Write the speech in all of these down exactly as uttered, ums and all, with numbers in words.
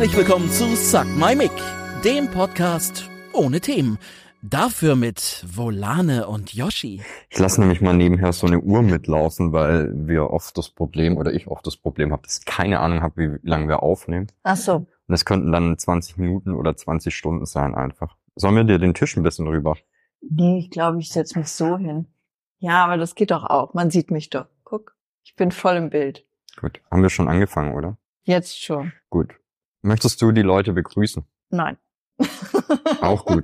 Herzlich willkommen zu Suck My Mic, dem Podcast ohne Themen. Dafür mit Volane und Yoshi. Ich lasse nämlich mal nebenher so eine Uhr mitlaufen, weil wir oft das Problem, oder ich oft das Problem habe, dass ich keine Ahnung habe, wie lange wir aufnehmen. Ach so. Und das könnten dann zwanzig Minuten oder zwanzig Stunden sein einfach. Sollen wir dir den Tisch ein bisschen rüber? Nee, ich glaube, ich setze mich so hin. Ja, aber das geht doch auch. Man sieht mich doch. Guck, ich bin voll im Bild. Gut, haben wir schon angefangen, oder? Jetzt schon. Gut. Möchtest du die Leute begrüßen? Nein. Auch gut.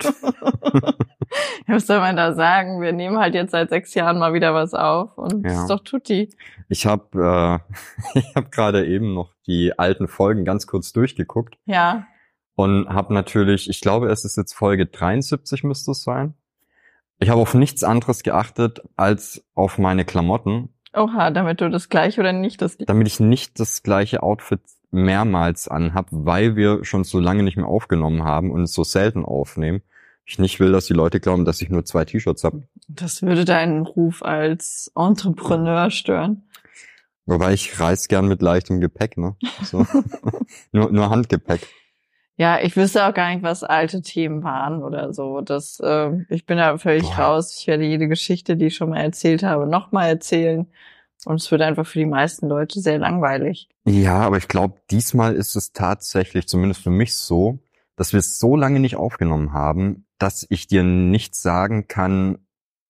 Was soll man da sagen? Wir nehmen halt jetzt seit sechs Jahren mal wieder was auf und Ja. das ist doch tutti. Ich habe äh, ich habe gerade eben noch die alten Folgen ganz kurz durchgeguckt Ja. und habe natürlich, ich glaube, es ist jetzt Folge dreiundsiebzig müsste es sein. Ich habe auf nichts anderes geachtet als auf meine Klamotten, Oha, damit du das gleiche oder nicht das damit ich nicht das gleiche Outfit mehrmals anhab, weil wir schon so lange nicht mehr aufgenommen haben und so selten aufnehmen. Ich nicht will, dass die Leute glauben, dass ich nur zwei T-Shirts habe. Das würde deinen Ruf als Entrepreneur stören. Wobei ich reise gern mit leichtem Gepäck, ne? So. nur, nur Handgepäck. Ja, ich wüsste auch gar nicht, was alte Themen waren oder so. Das, äh, ich bin da völlig Boah. raus. Ich werde jede Geschichte, die ich schon mal erzählt habe, nochmal erzählen. Und es wird einfach für die meisten Leute sehr langweilig. Ja, aber ich glaube, diesmal ist es tatsächlich, zumindest für mich so, dass wir es so lange nicht aufgenommen haben, dass ich dir nicht sagen kann,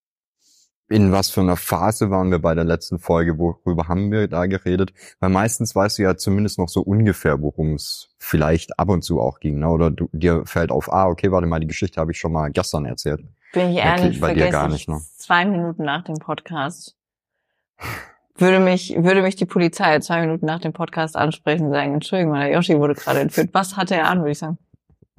in was für einer Phase waren wir bei der letzten Folge, worüber haben wir da geredet. Weil meistens weißt du ja zumindest noch so ungefähr, worum es vielleicht ab und zu auch ging. Ne? Oder du, dir fällt auf, ah, okay, warte mal, die Geschichte habe ich schon mal gestern erzählt. Bin ich ehrlich, bei dir vergesse gar ich nicht, ne? zwei Minuten nach dem Podcast. Würde mich, würde mich die Polizei zwei Minuten nach dem Podcast ansprechen und sagen, Entschuldigung, der Yoshi wurde gerade entführt. Was hatte er an, würde ich sagen.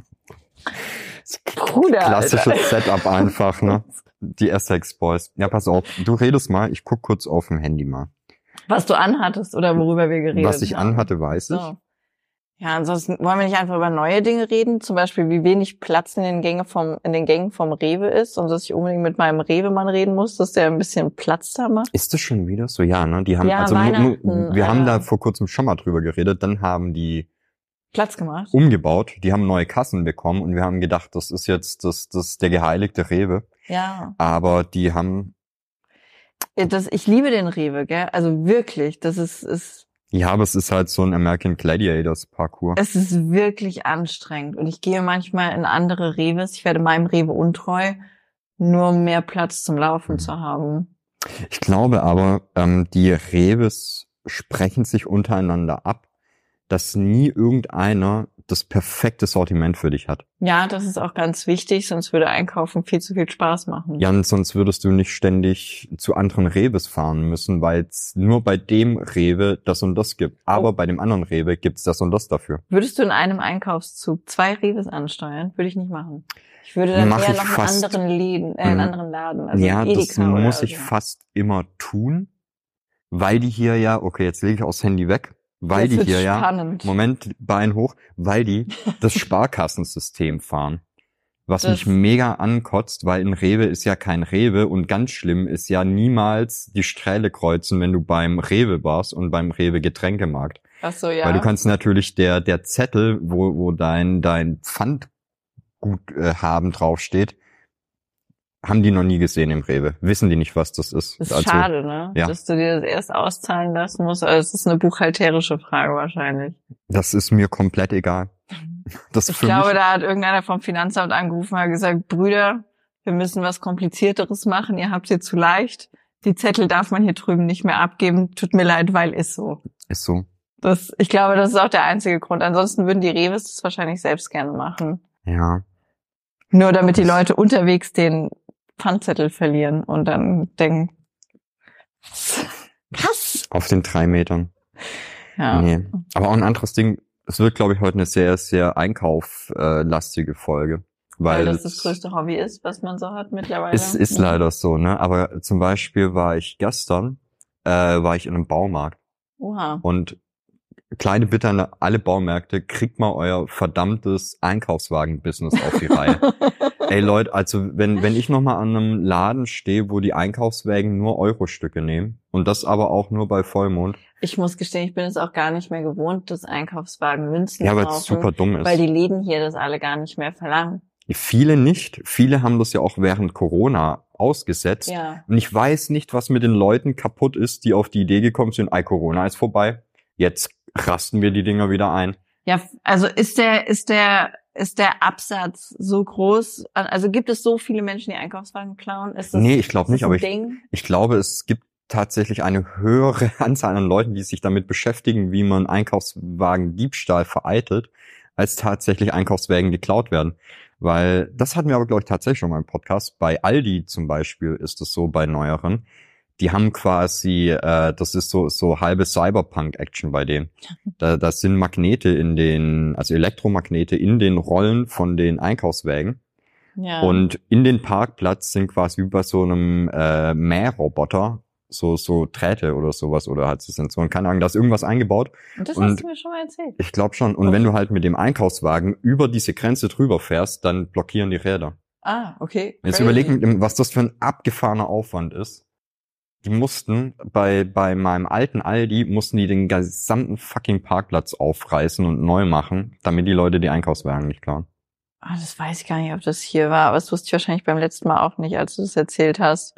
Bruder, Klassisches Alter. Setup einfach, ne? Die Essex Boys. Ja, pass auf, du redest mal, ich guck kurz auf dem Handy mal. Was du anhattest oder worüber wir geredet haben. Was ich anhatte, weiß ich. So. Ja, ansonsten wollen wir nicht einfach über neue Dinge reden, zum Beispiel wie wenig Platz in den Gängen vom in den Gängen vom Rewe ist und dass ich unbedingt mit meinem Rewe-Mann reden muss, dass der ein bisschen Platz da macht. Ist das schon wieder so? Ja, ne? Die haben, Ja, also mu- mu- Weihnachten, wir äh, haben da vor kurzem schon mal drüber geredet, dann haben die Platz gemacht. umgebaut, die haben neue Kassen bekommen und wir haben gedacht, das ist jetzt das, das der geheiligte Rewe. Ja. Aber die haben, Das, ich liebe den Rewe, gell? Also wirklich, das ist, ist, ja, aber es ist halt so ein American Gladiators Parcours. es ist wirklich anstrengend. Und ich gehe manchmal in andere Rewes, ich werde meinem Rewe untreu, nur um mehr Platz zum Laufen Mhm. zu haben. Ich glaube aber, ähm, die Rewes sprechen sich untereinander ab, dass nie irgendeiner das perfekte Sortiment für dich hat. Ja, das ist auch ganz wichtig, sonst würde Einkaufen viel zu viel Spaß machen. Ja, und sonst würdest du nicht ständig zu anderen Rewes fahren müssen, weil es nur bei dem Rewe das und das gibt. Aber Oh. bei dem anderen Rewe gibt's das und das dafür. Würdest du in einem Einkaufszug zwei Rewes ansteuern? Würde ich nicht machen. Ich würde dann Mach eher ich noch einen fast. anderen Läden, äh, einen Mhm. anderen Laden, also Ja, das Edeka oder muss ich so. fast immer tun, weil die hier ja, okay, jetzt lege ich auch das Handy weg, weil Jetzt die wird's hier ja, spannend. Moment, Bein hoch, weil die das Sparkassensystem fahren. Was Das- mich mega ankotzt, weil ein Rewe ist ja kein Rewe und ganz schlimm ist ja niemals die Strähle kreuzen, wenn du beim Rewe warst und beim Rewe Getränkemarkt. Ach so, ja. Weil du kannst natürlich der der Zettel, wo wo dein dein Pfandguthaben draufsteht, haben die noch nie gesehen im Rewe. Wissen die nicht, was das ist. Das ist Also, schade, ne? ja. Dass du dir das erst auszahlen lassen musst. Also es ist eine buchhalterische Frage wahrscheinlich. das ist mir komplett egal. Das Ich für glaube, mich, da hat irgendeiner vom Finanzamt angerufen und hat gesagt, Brüder, wir müssen was Komplizierteres machen. Ihr habt hier zu leicht. Die Zettel darf man hier drüben nicht mehr abgeben. Tut mir leid, weil ist so. ist so. Das, ich glaube, das ist auch der einzige Grund. Ansonsten würden die Rewes das wahrscheinlich selbst gerne machen. Ja. Nur damit die Leute unterwegs den Pfandzettel verlieren und dann denken, krass. Auf den drei Metern. Ja. Nee. Aber auch ein anderes Ding, es wird, glaube ich, heute eine sehr, sehr einkauflastige Folge. Weil, Weil das das größte Hobby ist, was man so hat mittlerweile. Es ist Ja. leider so, ne? Aber zum Beispiel war ich gestern, äh, war ich in einem Baumarkt. Oha. Und kleine Bitte an alle Baumärkte, kriegt mal euer verdammtes Einkaufswagen-Business auf die Reihe. Ey Leute, also wenn wenn ich nochmal an einem Laden stehe, wo die Einkaufswägen nur Euro-Stücke nehmen und das aber auch nur bei Vollmond. Ich muss gestehen, ich bin es auch gar nicht mehr gewohnt, dass Einkaufswagen Münzen Ja, weil es brauchen, super dumm ist. weil die Läden hier das alle gar nicht mehr verlangen. Viele nicht. Viele haben das ja auch während Corona ausgesetzt. Ja. Und ich weiß nicht, was mit den Leuten kaputt ist, die auf die Idee gekommen sind, ey, Corona ist vorbei. Jetzt rasten wir die Dinger wieder ein. Ja, also ist der, ist der, ist der Absatz so groß? Also gibt es so viele Menschen, die Einkaufswagen klauen? Ist das, nee, ich glaube nicht, ein aber ich, Ding? ich glaube, es gibt tatsächlich eine höhere Anzahl an Leuten, die sich damit beschäftigen, wie man Einkaufswagen-Diebstahl vereitelt, als tatsächlich Einkaufswagen geklaut werden. Weil, das hatten wir aber, glaube ich, tatsächlich schon mal im Podcast. Bei Aldi zum Beispiel ist es so, bei neueren. Die haben quasi, äh, das ist so so halbe Cyberpunk-Action bei denen. Da, das sind Magnete in den, also Elektromagnete in den Rollen von den Einkaufswagen. Ja. Und in den Parkplatz sind quasi wie bei so einem äh, Mähroboter so so Drähte oder sowas oder halt so Sensoren. Keine Ahnung, da ist irgendwas eingebaut. Und das und hast du mir schon mal erzählt. Ich glaube schon. Und Okay. wenn du halt mit dem Einkaufswagen über diese Grenze drüber fährst, dann blockieren die Räder. Ah, okay. Jetzt Crazy. überleg mit, was das für ein abgefahrener Aufwand ist. Die mussten bei bei meinem alten Aldi mussten die den gesamten fucking Parkplatz aufreißen und neu machen, damit die Leute die Einkaufswagen nicht klauen. Ah, das weiß ich gar nicht, ob das hier war, aber das wusste ich wahrscheinlich beim letzten Mal auch nicht, als du das erzählt hast.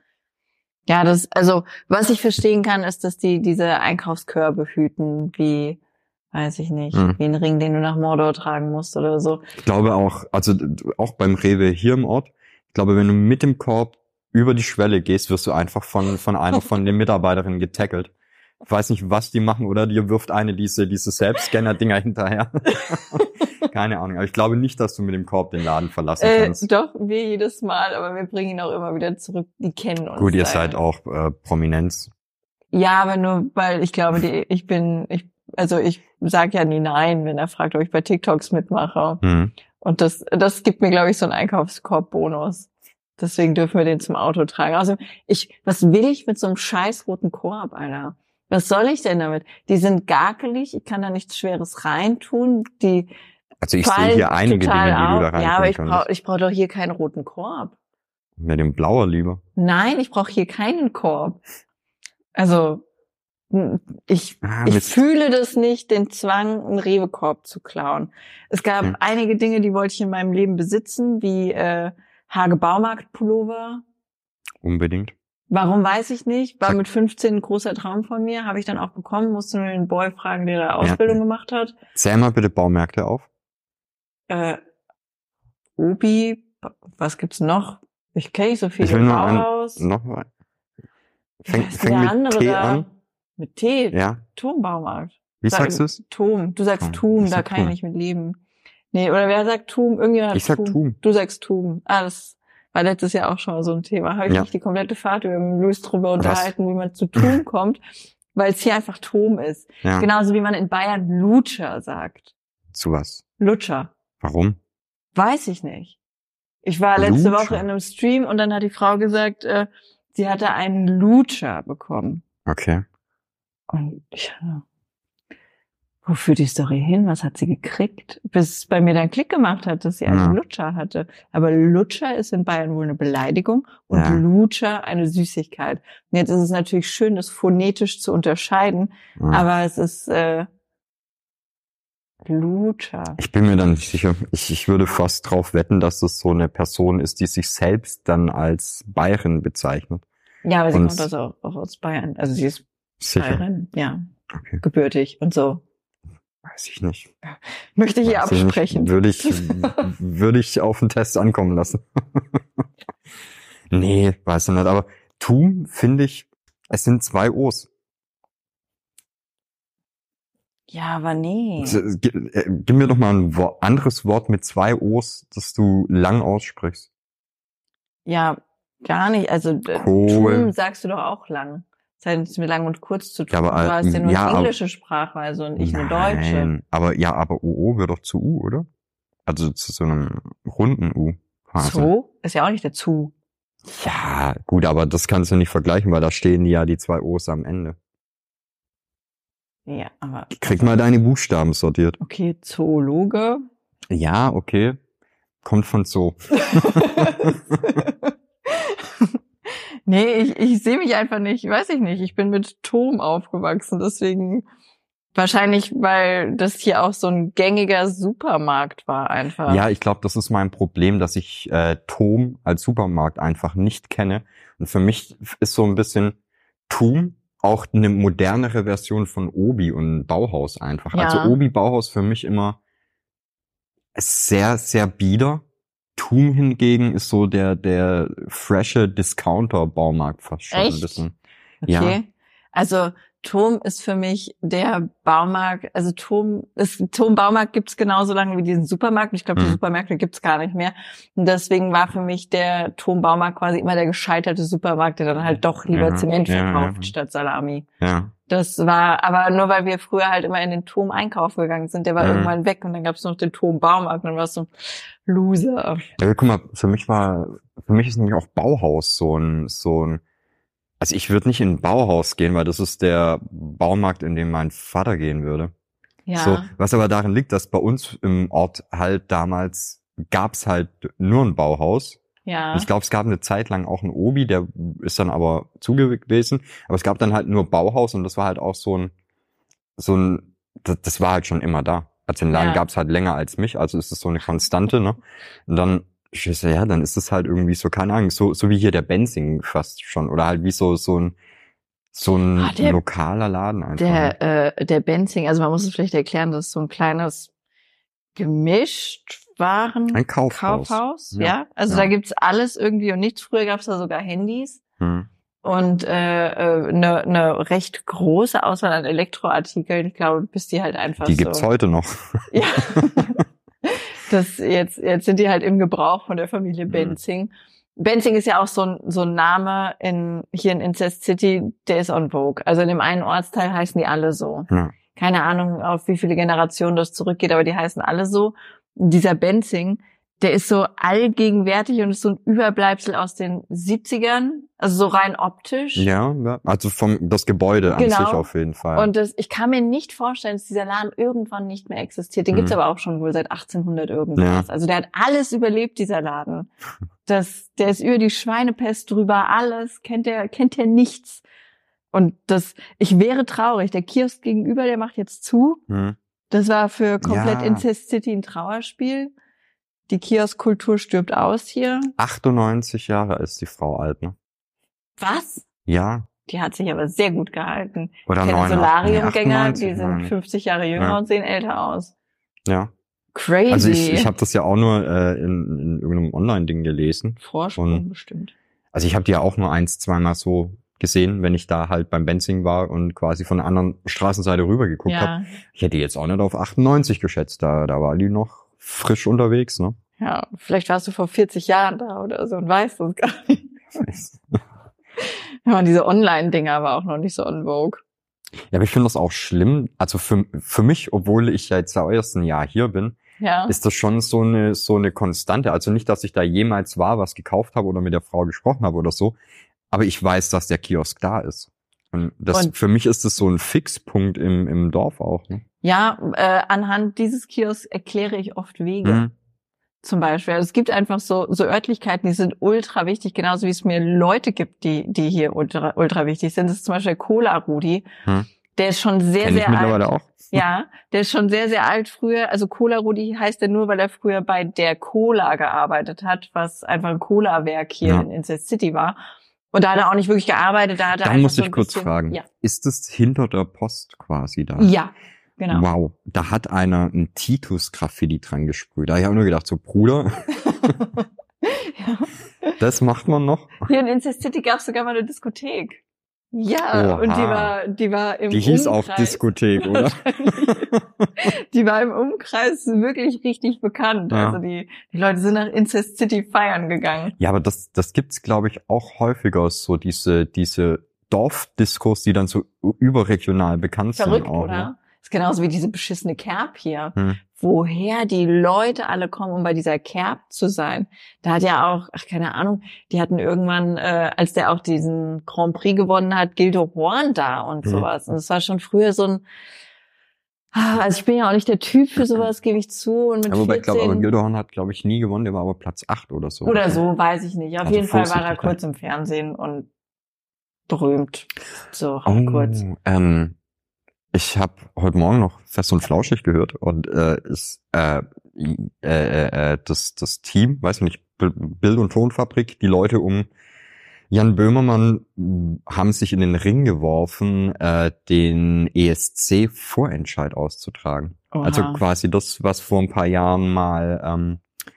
Ja, das, also, was ich verstehen kann, ist, dass die diese Einkaufskörbe hüten, wie, weiß ich nicht, Hm. wie ein Ring, den du nach Mordor tragen musst oder so. Ich glaube auch, also auch beim Rewe hier im Ort, ich glaube, wenn du mit dem Korb über die Schwelle gehst, wirst du einfach von von einer von den Mitarbeiterinnen getackelt. Ich weiß nicht, was die machen, oder dir wirft eine diese diese Selbstscanner-Dinger hinterher. Keine Ahnung, aber ich glaube nicht, dass du mit dem Korb den Laden verlassen Äh, kannst. doch, wir jedes Mal, aber wir bringen ihn auch immer wieder zurück. Die kennen uns. Gut, ihr da. seid auch äh, Prominenz. Ja, aber nur, weil ich glaube, die, ich bin, ich, also ich sag ja nie nein, wenn er fragt, ob ich bei TikToks mitmache. Hm. Und das, das gibt mir, glaube ich, so einen Einkaufskorb-Bonus. Deswegen dürfen wir den zum Auto tragen. Also ich, was will ich mit so einem scheiß roten Korb, Alter? Was soll ich denn damit? Die sind garkelig, ich kann da nichts Schweres reintun. Die Also ich sehe fallen hier einige total Dinge, die du da auf. rein Ja, aber ich könntest. brauche ich brauch doch hier keinen roten Korb. Mit dem Blauer lieber. Nein, ich brauche hier keinen Korb. Also ich, Ah, ich Mist. fühle das nicht, den Zwang, einen Rewe-Korb zu klauen. Es gab Hm. einige Dinge, die wollte ich in meinem Leben besitzen, wie äh, Hage-Baumarkt-Pullover. Unbedingt. Warum, weiß ich nicht. War Sag- mit fünfzehn ein großer Traum von mir. Habe ich dann auch bekommen. Musste nur den Boy fragen, der da Ausbildung gemacht hat. Zähl mal bitte Baumärkte auf. Äh, Obi, was gibt's noch? Ich kenne nicht so viel. Ich will nur ein- Bauhaus. Noch mal. Wie Fäng, heißt denn fäng der mit andere T da? an. Mit T? Ja. Turmbaumarkt. Wie Sag- sagst du es? Tum. Du sagst Tum. Tum, Ich da sag kann ich Tum. nicht mit leben. Nee, oder wer sagt Tum? Irgendjemand hat Ich sag Tum. Du sagst Tum. Ah, das war letztes Jahr auch schon mal so ein Thema. Habe ich Ja. mich die komplette Fahrt über mit Luis drüber Was? unterhalten, wie man zu Tum kommt, weil es hier einfach Tum ist. Ja. Genauso wie man in Bayern Lutscher sagt. Zu was? Lutscher. Warum? Weiß ich nicht. Ich war letzte Lutscher? Woche in einem Stream und dann hat die Frau gesagt, äh, sie hatte einen Lutscher bekommen. Okay. Und ich, äh, wo führt die Story hin? Was hat sie gekriegt? Bis es bei mir dann Klick gemacht hat, dass sie einen Ja. Lutscher hatte. Aber Lutscher ist in Bayern wohl eine Beleidigung und Ja. Lutscher eine Süßigkeit. Und jetzt ist es natürlich schön, das phonetisch zu unterscheiden, Ja. aber es ist äh, Lutscher. Ich bin mir dann nicht sicher. Ich, ich würde fast drauf wetten, dass das so eine Person ist, die sich selbst dann als Bayerin bezeichnet. Ja, aber sie Und- kommt also auch, auch aus Bayern. Also sie ist Sicher. Bayerin, ja, Okay. gebürtig und so. Weiß ich nicht. Möchte ich hier Weiß ich absprechen. nicht. Würde ich, würde ich auf den Test ankommen lassen. Nee, weiß ich nicht. Aber Tum finde ich, es sind zwei O's. Ja, aber nee. Gib, äh, gib mir doch mal ein Wo- anderes Wort mit zwei O's, das du lang aussprichst. Ja, gar nicht. Also äh, Kohl. Tum sagst du doch auch lang. Das hat nichts mit lang und kurz zu tun. Ja, aber, du hast ja nur ja, eine aber- englische Sprachweise und ich eine deutsche. Nein, aber ja, aber U O wird doch zu U, oder? Also zu so einem runden U. quasi. Zoo ist ja auch nicht der Zu. Ja, gut, aber das kannst du nicht vergleichen, weil da stehen ja die zwei O's am Ende. Ja, aber Krieg mal deine Buchstaben sortiert. okay, Zoologe. Ja, okay. Kommt von Zoo. Nee, ich, ich sehe mich einfach nicht, weiß ich nicht. Ich bin mit Tom aufgewachsen, deswegen wahrscheinlich, weil das hier auch so ein gängiger Supermarkt war einfach. Ja, ich glaube, das ist mein Problem, dass ich äh, Tom als Supermarkt einfach nicht kenne. Und für mich ist so ein bisschen Tom auch eine modernere Version von Obi und Bauhaus einfach. Ja. Also Obi, Bauhaus für mich immer sehr, sehr bieder. Tom hingegen ist so der der frische Discounter-Baumarkt fast schon. Echt? Ein bisschen. Okay. Ja. Also Tom ist für mich der Baumarkt, also Tom ist, Tom Baumarkt gibt's genauso lange wie diesen Supermarkt. Ich glaube, die Mhm. Supermärkte gibt's gar nicht mehr. Und deswegen war für mich der Tom Baumarkt quasi immer der gescheiterte Supermarkt, der dann halt doch lieber Ja, Zement ja, verkauft ja. statt Salami. Ja. Das war, aber nur weil wir früher halt immer in den Tom einkaufen gegangen sind, der war Mhm. irgendwann weg und dann gab's noch den Tom Baumarkt und dann war es so Loser. Ja, guck mal, für mich war, für mich ist nämlich auch Bauhaus so ein, so ein, also ich würde nicht in ein Bauhaus gehen, weil das ist der Baumarkt, in dem mein Vater gehen würde. Ja. So, was aber daran liegt, dass bei uns im Ort halt damals gab's halt nur ein Bauhaus. Ja. Und ich glaube, es gab eine Zeit lang auch ein Obi, der ist dann aber zu gewesen. Aber es gab dann halt nur Bauhaus und das war halt auch so ein, so ein, das, das war halt schon immer da. Also den Laden Ja. gab's halt länger als mich, also ist das so eine Konstante, ne? Und dann, ich weiß, ja, dann ist es halt irgendwie so, keine Ahnung, so, so wie hier der Benzing fast schon. Oder halt wie so, so ein, so ein Ah, der- lokaler Laden einfach. Der, äh, der Benzing, also man muss es vielleicht erklären, das ist so ein kleines Gemischtwaren Ein Kaufhaus. Kaufhaus, Ja. ja. Also Ja. da gibt's alles irgendwie und nichts. Früher gab's da sogar Handys Hm. und äh, äh, eine ne recht große Auswahl an Elektroartikeln. Ich glaube, bis die halt einfach Die so. gibt's heute noch. Ja. Das jetzt jetzt sind die halt im Gebrauch von der Familie Mhm. Benzing. Benzing ist ja auch so ein so ein Name in hier in Incest City, der ist on vogue. Also in dem einen Ortsteil heißen die alle so. Ja. Keine Ahnung, auf wie viele Generationen das zurückgeht, aber die heißen alle so. Dieser Benzing, der ist so allgegenwärtig und ist so ein Überbleibsel aus den siebzigern, also so rein optisch. Ja, ja, also vom das Gebäude an Genau. sich auf jeden Fall. Und das, ich kann mir nicht vorstellen, dass dieser Laden irgendwann nicht mehr existiert. Den Mhm. gibt's aber auch schon wohl seit achtzehnhundert irgendwas. Ja. Also der hat alles überlebt, dieser Laden. Das, der ist über die Schweinepest drüber, alles, kennt der, kennt der nichts. Und das, ich wäre traurig. Der Kiosk gegenüber, der macht jetzt zu. Hm. Das war für komplett Ja. Incest City ein Trauerspiel. Die Kioskkultur stirbt aus hier. achtundneunzig Jahre ist die Frau alt, ne? Was? Ja. Die hat sich aber sehr gut gehalten. Oder Ich kenne neun. Solariumgänger, achtundneunzig, die sind meine ich. fünfzig Jahre jünger Ja. und sehen älter aus. Ja. Crazy. Also ich, ich habe das ja auch nur äh, in, in irgendeinem Online-Ding gelesen. Vorsprung und- bestimmt. Also ich habe die ja auch nur eins, zweimal so gesehen, wenn ich da halt beim Benzing war und quasi von der anderen Straßenseite rüber geguckt habe. Ja, Ich hätte die jetzt auch nicht auf achtundneunzig geschätzt. Da, da war die noch frisch unterwegs, ne? ja, vielleicht warst du vor vierzig Jahren da oder so und weißt es gar nicht. Ja, und diese Online-Dinger war auch noch nicht so on vogue. Ja, aber ich finde das auch schlimm. Also für, für mich, obwohl ich ja jetzt ja erst ein Jahr hier bin, Ja, ist das schon so eine so eine Konstante. Also nicht, dass ich da jemals war, was gekauft habe oder mit der Frau gesprochen habe oder so, aber ich weiß, dass der Kiosk da ist. Und das Und- für mich ist das so ein Fixpunkt im im Dorf auch. Ne? ja äh, anhand dieses Kiosks erkläre ich oft Wege. Mhm. Zum Beispiel. Also es gibt einfach so, so Örtlichkeiten, die sind ultra wichtig, genauso wie es mir Leute gibt, die, die hier ultra, ultra wichtig sind. Das ist zum Beispiel Cola Rudi. Hm. Der ist schon sehr, Kenn ich sehr alt. mittlerweile auch. Ja, der ist schon sehr, sehr alt früher. Also Cola Rudi heißt er nur, weil er früher bei der Cola gearbeitet hat, was einfach ein Cola-Werk hier Ja. in Incest City war. Und da hat er auch nicht wirklich gearbeitet, da hat er Da einfach muss so ich ein kurz bisschen, fragen. Ja, Ist es hinter der Post quasi da? ja, genau. Wow, da hat einer ein Titus-Graffiti dran gesprüht. Da habe ich auch nur gedacht, so Bruder, Ja. das macht man noch? Hier in Incest City gab es sogar mal eine Diskothek. Ja, Oha. und die war, die war im Die hieß auch Umkreis. Diskothek, oder? Die war im Umkreis wirklich richtig bekannt. Ja. Also die, die Leute sind nach Incest City feiern gegangen. Ja, aber das, das gibt's, glaube ich, auch häufiger, so diese, diese Dorfdiskos, die dann so überregional bekannt Verrückt, sind auch. oder? Ne? Ist genauso wie diese beschissene Kerb hier. Hm. Woher die Leute alle kommen, um bei dieser Kerb zu sein. Da hat ja auch, ach keine Ahnung, die hatten irgendwann, äh, als der auch diesen Grand Prix gewonnen hat, Gildo Horn da und Mhm. sowas. Und es war schon früher so ein Also ich bin ja auch nicht der Typ für sowas, gebe ich zu. Und mit Ja, wobei ich glaube, aber vierzehn Gildehorn hat, glaube ich, nie gewonnen, der war aber Platz acht oder so. oder so, weiß ich nicht. Auf Also jeden Fall war er vorsichtig, kurz im Fernsehen und berühmt. So halt Oh, kurz. ähm, ich habe heute Morgen noch Fest und Flauschig gehört und äh, ist äh, äh, äh, das das Team, weiß nicht, Bild- und Tonfabrik, die Leute um Jan Böhmermann haben sich in den Ring geworfen, äh, den E S C-Vorentscheid auszutragen. Oha. Also quasi das, was vor ein paar Jahren mal ähm,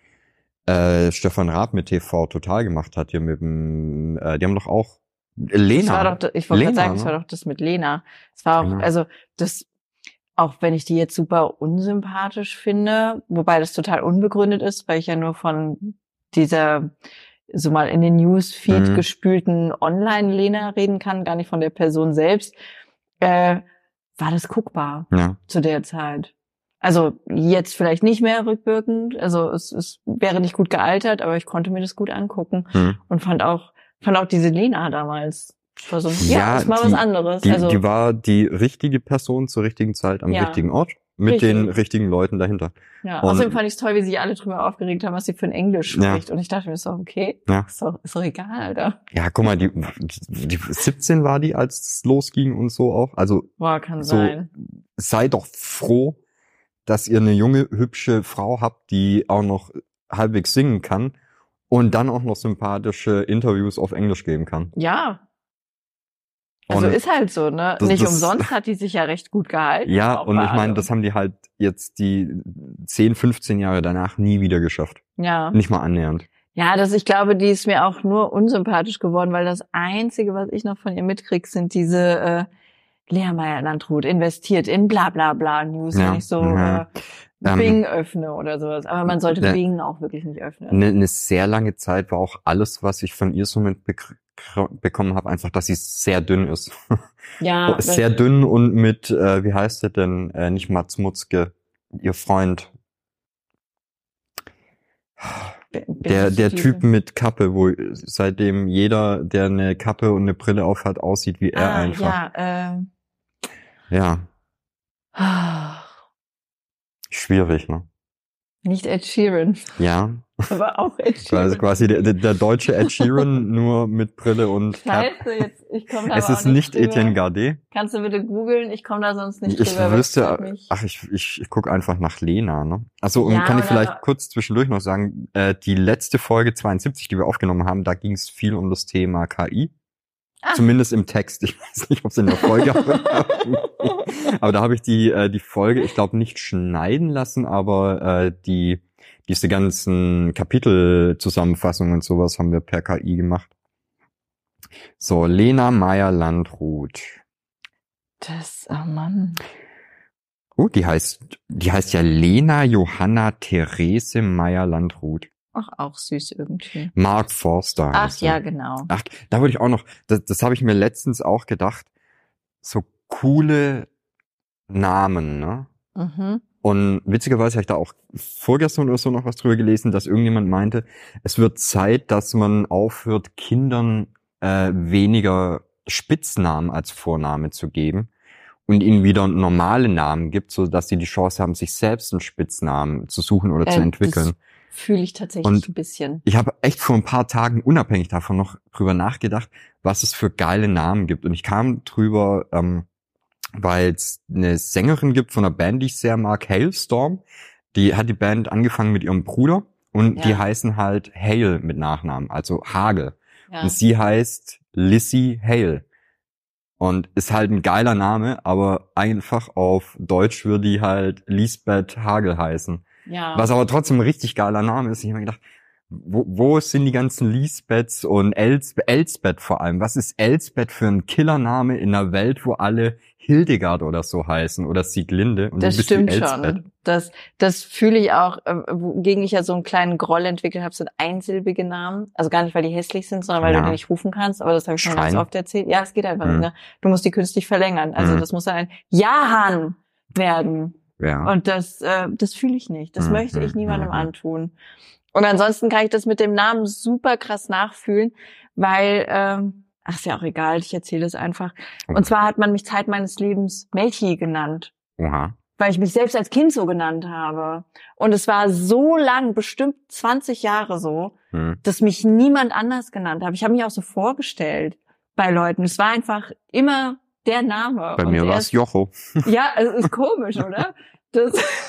äh, Stefan Raab mit T V Total gemacht hat, hier mit dem, äh, die haben doch auch Lena. Das war doch, ich wollte gerade Lena, sagen, das ne? war doch das mit Lena. Es war auch, Genau. also das, auch wenn ich die jetzt super unsympathisch finde, wobei das total unbegründet ist, weil ich ja nur von dieser so mal in den Newsfeed Mhm. gespülten Online-Lena reden kann, gar nicht von der Person selbst, äh, war das guckbar Ja. zu der Zeit. Also jetzt vielleicht nicht mehr rückwirkend, also es, es wäre nicht gut gealtert, aber ich konnte mir das gut angucken Mhm. und fand auch fand auch diese Lena damals war so, ja, Ja, ist mal die- was anderes. Die, also die war die richtige Person zur richtigen Zeit am Ja. richtigen Ort mit Richtig. den richtigen Leuten dahinter. ja, und- außerdem fand ich es toll, wie sich alle drüber aufgeregt haben, was sie für ein Englisch Ja. spricht. Und ich dachte mir so, okay, Ja. ist doch, ist doch egal, Alter. Ja, guck mal, die, die siebzehn war die, als es losging und so auch. Also Boah, kann so, sein. sei doch froh, dass ihr eine junge, hübsche Frau habt, die auch noch halbwegs singen kann und dann auch noch sympathische Interviews auf Englisch geben kann. Ja. Also Und ist halt so, ne? das- Nicht das- umsonst hat die sich ja recht gut gehalten. Ja, Auch und bei ich meine, allem. das haben die halt jetzt die zehn, fünfzehn Jahre danach nie wieder geschafft. Ja. Nicht mal annähernd. Ja, das, ich glaube, die ist mir auch nur unsympathisch geworden, weil das Einzige, was ich noch von ihr mitkrieg, sind diese äh, Lea Meyer-Landrut investiert in bla bla bla News, Ja, wenn ich so ja. äh, Ähm, Bing öffne oder sowas. Aber man sollte äh, Bing auch wirklich nicht öffnen. Eine, eine sehr lange Zeit war auch alles, was ich von ihr so mitbekommen habe, einfach, dass sie sehr dünn ist. Ja, das- sehr dünn und mit, äh, wie heißt der denn, äh, nicht Mats Mutzke, ihr Freund. b- b- Der, der diese- Typ mit Kappe, wo seitdem jeder, der eine Kappe und eine Brille aufhat, aussieht wie er ah, einfach. Ja, ähm. Ja, ah, schwierig, ne? nicht Ed Sheeran, Ja, aber auch Ed quasi, Sheeran. quasi der, der, der deutsche Ed Sheeran, nur mit Brille und Cap. Scheiße, jetzt, ich komme da Es aber ist auch nicht drüber. Etienne Gardet. Kannst du bitte googeln? Ich komme da sonst nicht Ich drüber. weil wüsste, ich frag mich- ach, ich, ich, ich gucke einfach nach Lena, ne? Achso, und Ja, kann ich oder- vielleicht kurz zwischendurch noch sagen, äh, die letzte Folge zweiundsiebzig, die wir aufgenommen haben, da ging es viel um das Thema K I. Ah. Zumindest im Text. Ich weiß nicht, ob es in der Folge aber, aber da habe ich die, äh, die Folge, ich glaube, nicht schneiden lassen, aber äh, die diese ganzen Kapitelzusammenfassungen und sowas haben wir per K I gemacht. So, Lena Meyer-Landrut. Das, oh Mann. Oh, die heißt, die heißt ja Lena Johanna Therese Meyer-Landrut. Ach, auch süß irgendwie. Mark Forster. Ach heißt ja, er. genau. Ach, da würde ich auch noch, das, das habe ich mir letztens auch gedacht, so coole Namen, ne? Mhm. Und witzigerweise habe ich da auch vorgestern oder so noch was drüber gelesen, dass irgendjemand meinte, es wird Zeit, dass man aufhört, Kindern äh, weniger Spitznamen als Vorname zu geben und ihnen wieder normale Namen gibt, so dass sie die Chance haben, sich selbst einen Spitznamen zu suchen oder zu Äh, entwickeln. Das fühle ich tatsächlich Und- ein bisschen. Ich habe echt vor ein paar Tagen unabhängig davon noch drüber nachgedacht, was es für geile Namen gibt. Und ich kam drüber, ähm, weil es eine Sängerin gibt von einer Band, die ich sehr mag, Hailstorm. Die hat die Band angefangen mit ihrem Bruder und Ja. die heißen halt Hale mit Nachnamen, also Hagel. Ja. Und sie heißt Lissy Hale. Und ist halt ein geiler Name, aber einfach auf Deutsch würde die halt Lisbeth Hagel heißen. ja. Was aber trotzdem ein richtig geiler Name ist. Ich habe mir gedacht, wo, wo sind die ganzen Lisbeths und Els, Elsbeth vor allem? Was ist Elsbeth für ein Killername in einer Welt, wo alle Hildegard oder so heißen oder Sieglinde? Und Das du bist die stimmt Elsbeth. schon. Das, das fühle ich auch, äh, wogegen ich ja so einen kleinen Groll entwickelt habe, sind einsilbige Namen. Also gar nicht, weil die hässlich sind, sondern weil Ja. du die nicht rufen kannst. Aber das habe ich schon ganz Schreien. oft erzählt. Ja, es geht einfach Mhm. nicht. Ne? Du musst die künstlich verlängern. Also Mhm. das muss dann ein Jahan werden. Ja. Und das, äh, das fühle ich nicht. Das Mhm, möchte ich niemandem mhm. antun. Und ansonsten kann ich das mit dem Namen super krass nachfühlen, weil, ähm, ach, ist ja auch egal, ich erzähle es einfach. Und zwar hat man mich Zeit meines Lebens Melchi genannt. Oha. weil ich mich selbst als Kind so genannt habe. Und es war so lang, bestimmt zwanzig Jahre so, hm. dass mich niemand anders genannt hat. Ich habe mich auch so vorgestellt bei Leuten. Es war einfach immer der Name. Bei mir war es Jocho. Ja, es ist komisch, oder? Das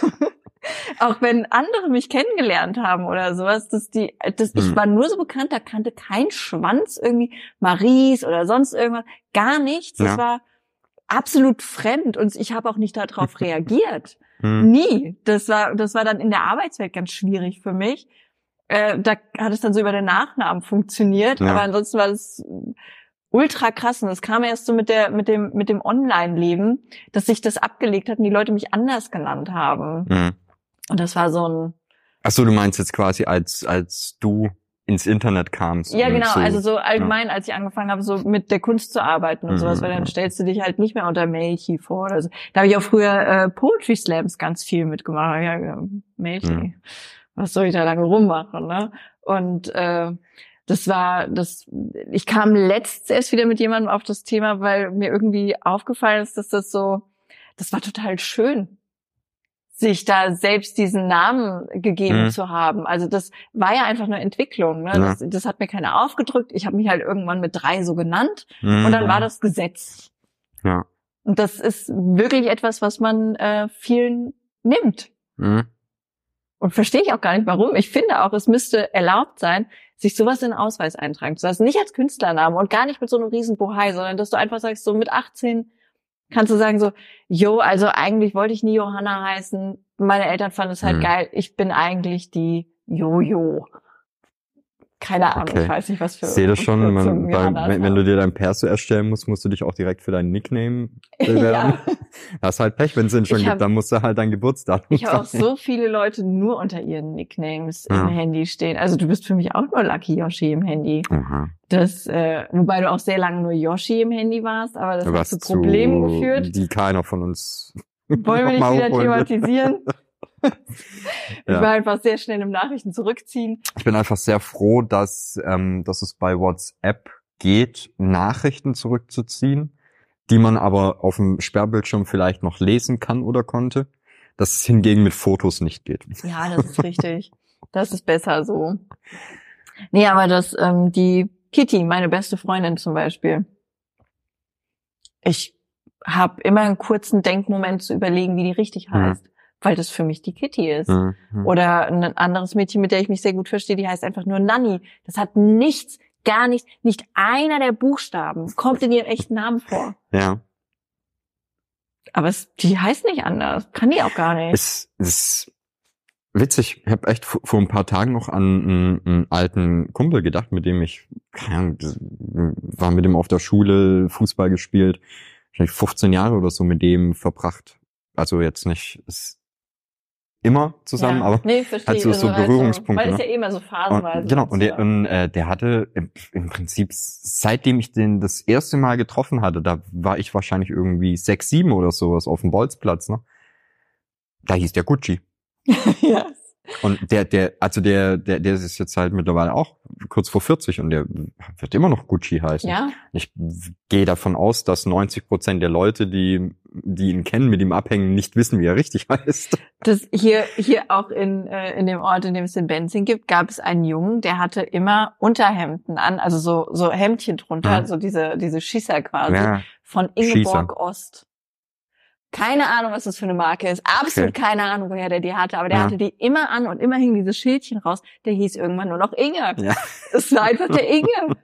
auch wenn andere mich kennengelernt haben oder sowas, dass die, dass ich hm. war nur so bekannt, da kannte kein Schwanz irgendwie Maries oder sonst irgendwas, gar nichts. Das ja. war absolut fremd und ich habe auch nicht darauf reagiert. Hm. Nie. Das war, das war dann in der Arbeitswelt ganz schwierig für mich. Äh, da hat es dann so über den Nachnamen funktioniert, ja. aber ansonsten war das ultra krass und das kam erst so mit der, mit dem, mit dem Online-Leben, dass sich das abgelegt hat und die Leute mich anders genannt haben. Hm. Und das war so ein... Ach so, du meinst jetzt quasi, als als du ins Internet kamst. Ja, genau, so, also so allgemein, ja. als ich angefangen habe, so mit der Kunst zu arbeiten und mhm. sowas, weil dann stellst du dich halt nicht mehr unter Melchi vor oder so. Da habe ich auch früher äh, Poetry Slams ganz viel mitgemacht. Ja, ja Melchi, mhm. was soll ich da lange rummachen, ne? Und äh, das war, das. ich kam letztens erst wieder mit jemandem auf das Thema, weil mir irgendwie aufgefallen ist, dass das so, das war total schön, sich da selbst diesen Namen gegeben mhm. zu haben. Also das war ja einfach eine Entwicklung. Ne? Ja. Das, das hat mir keiner aufgedrückt. Ich habe mich halt irgendwann mit drei so genannt mhm. und dann war das Gesetz. Ja. Und das ist wirklich etwas, was man äh, vielen nimmt. Mhm. Und verstehe ich auch gar nicht, warum. Ich finde auch, es müsste erlaubt sein, sich sowas in den Ausweis eintragen zu lassen. Nicht als Künstlernamen und gar nicht mit so einem riesen Bohai, sondern dass du einfach sagst, so mit achtzehn kannst du sagen so, jo, also eigentlich wollte ich nie Johanna heißen. Meine Eltern fanden es halt hm. geil. Ich bin eigentlich die Jojo. Keine Ahnung, okay. ich weiß nicht, was für... Ich sehe das schon, man, bei, wenn, wenn du dir dein Perso erstellen musst, musst du dich auch direkt für deinen Nickname bewerben. Ja. Das ist halt Pech, wenn es den schon ich gibt, hab, dann musst du halt dein Geburtsdatum Ich habe auch so viele Leute nur unter ihren Nicknames ja. im Handy stehen. Also du bist für mich auch nur Lucky Yoshi im Handy. Aha. Das, äh, wobei du auch sehr lange nur Yoshi im Handy warst, aber das hat zu Problemen zu, geführt. Die keiner von uns... Wollen wir nicht wieder thematisieren? Ich ja. war einfach sehr schnell im Nachrichten zurückziehen. Ich bin einfach sehr froh, dass, ähm, dass es bei WhatsApp geht, Nachrichten zurückzuziehen, die man aber auf dem Sperrbildschirm vielleicht noch lesen kann oder konnte, dass es hingegen mit Fotos nicht geht. Ja, das ist richtig. Das ist besser so. Nee, aber das, ähm, die Kitty, meine beste Freundin zum Beispiel, ich habe immer einen kurzen Denkmoment zu überlegen, wie die richtig heißt. Mhm. Weil das für mich die Kitty ist. Mhm. Oder ein anderes Mädchen, mit der ich mich sehr gut verstehe, die heißt einfach nur Nanni. Das hat nichts, gar nichts, nicht einer der Buchstaben kommt in ihrem echten Namen vor. Ja. Aber es, die heißt nicht anders. Kann die auch gar nicht. Es ist witzig. Ich habe echt vor, vor ein paar Tagen noch an einen, einen alten Kumpel gedacht, mit dem ich, keine Ahnung, war mit dem auf der Schule, Fußball gespielt, wahrscheinlich fünfzehn Jahre oder so mit dem verbracht. Also jetzt nicht... Es, immer zusammen, ja, aber nee, halt so, so Berührungspunkte. Also, weil es ja eh immer so phasenweise. Und, genau, und der, und, äh, der hatte im, im Prinzip, seitdem ich den das erste Mal getroffen hatte, da war ich wahrscheinlich irgendwie sechs, sieben oder sowas auf dem Bolzplatz, ne? Da hieß der Gucci. Ja. Und der, der, also der, der, der ist jetzt halt mittlerweile auch kurz vor vierzig und der wird immer noch Gucci heißen. Ja. Ich gehe davon aus, dass neunzig Prozent der Leute, die, die ihn kennen, mit ihm abhängen, nicht wissen, wie er richtig heißt. Das hier, hier auch in, äh, in dem Ort, in dem es den Benzin gibt, gab es einen Jungen, der hatte immer Unterhemden an, also so, so Hemdchen drunter, mhm. so diese, diese Schisser quasi, ja. von Ingeborg Schießer. Ost. Keine Ahnung, was das für eine Marke ist. Absolut okay. keine Ahnung, woher der die hatte. Aber der ja. hatte die immer an und immer hing dieses Schildchen raus. Der hieß irgendwann nur noch Inge. Ja. Es war einfach der Inge.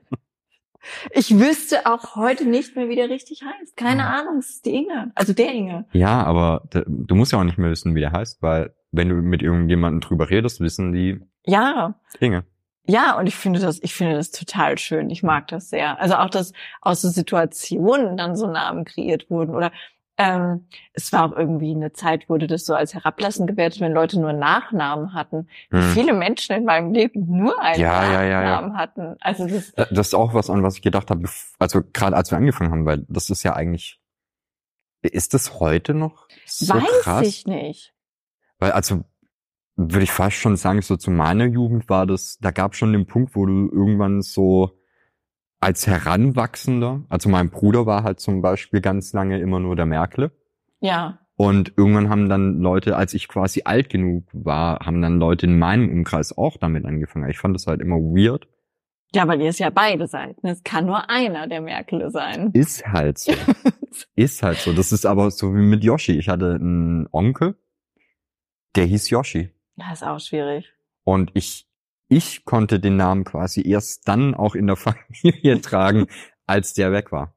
Ich wüsste auch heute nicht mehr, wie der richtig heißt. Keine ja. Ahnung, es ist die Inge. Also der Inge. Ja, aber du musst ja auch nicht mehr wissen, wie der heißt, weil wenn du mit irgendjemandem drüber redest, wissen die ja. Inge. Ja, und ich finde das, ich finde das total schön. Ich mag das sehr. Also auch, dass aus so Situationen dann so Namen kreiert wurden oder Ähm, es war auch irgendwie eine Zeit, wurde das so als herablassend gewertet, wenn Leute nur Nachnamen hatten. Wie hm. viele Menschen in meinem Leben nur einen ja, Nachnamen ja, ja, ja. hatten. Also das, das ist auch was, an was ich gedacht habe, also gerade als wir angefangen haben, weil das ist ja eigentlich, ist das heute noch so weiß krass? Ich nicht. Weil also würde ich fast schon sagen, so zu meiner Jugend war das, da gab es schon den Punkt, wo du irgendwann so als Heranwachsender, also mein Bruder war halt zum Beispiel ganz lange immer nur der Merkle. Ja. Und irgendwann haben dann Leute, als ich quasi alt genug war, haben dann Leute in meinem Umkreis auch damit angefangen. Ich fand das halt immer weird. Ja, weil ihr es ja beide seid. Es kann nur einer der Merkele sein. Ist halt so. Ist halt so. Das ist aber so wie mit Yoshi. Ich hatte einen Onkel, der hieß Yoshi. Ja, ist auch schwierig. Und ich, ich konnte den Namen quasi erst dann auch in der Familie tragen, als der weg war.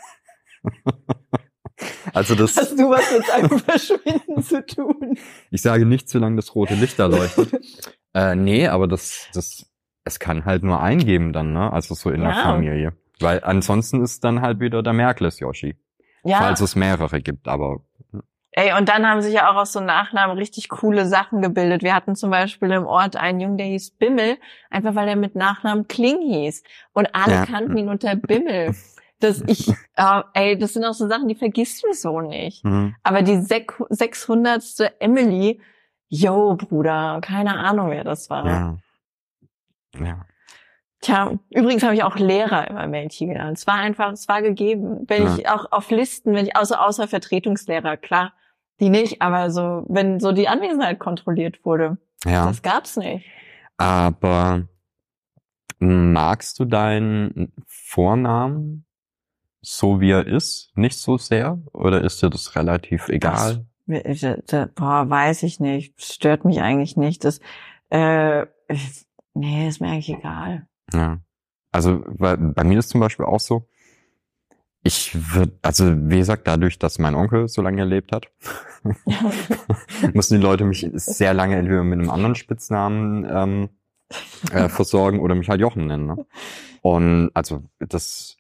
Also das. Hast du was mit seinem Verschwinden zu tun? Ich sage nicht, solange das rote Licht da leuchtet. äh, nee, aber das, das, es kann halt nur eingeben dann, ne? Also so in Ja. der Familie. Weil ansonsten ist dann halt wieder der Merkles Yoshi. Ja. Falls es mehrere gibt, aber. Ey, und dann haben sich ja auch aus so Nachnamen richtig coole Sachen gebildet. Wir hatten zum Beispiel im Ort einen Jungen, der hieß Bimmel, einfach weil er mit Nachnamen Kling hieß. Und alle Ja. kannten ihn unter Bimmel. Das ich, äh, ey, das sind auch so Sachen, die vergisst du so nicht. Mhm. Aber die sech- sechshundertste Emily, yo, Bruder, keine Ahnung, wer das war. Ja. Ja. Tja, übrigens habe ich auch Lehrer immer Mädchen genannt. Es war einfach, es war gegeben. Wenn Ja. ich auch auf Listen, wenn ich außer, außer Vertretungslehrer, klar, die nicht, aber so, wenn so die Anwesenheit kontrolliert wurde, Ja. das gab's nicht. Aber magst du deinen Vornamen so wie er ist nicht so sehr? Oder ist dir das relativ egal? Das, das, boah, weiß ich nicht. Stört mich eigentlich nicht. Das, äh, nee, ist mir eigentlich egal. Ja. Also bei, bei mir ist zum Beispiel auch so, ich würde, also wie gesagt, dadurch, dass mein Onkel so lange gelebt hat, mussten die Leute mich sehr lange entweder mit einem anderen Spitznamen ähm, äh, versorgen oder mich halt Jochen nennen. Ne? Und also das,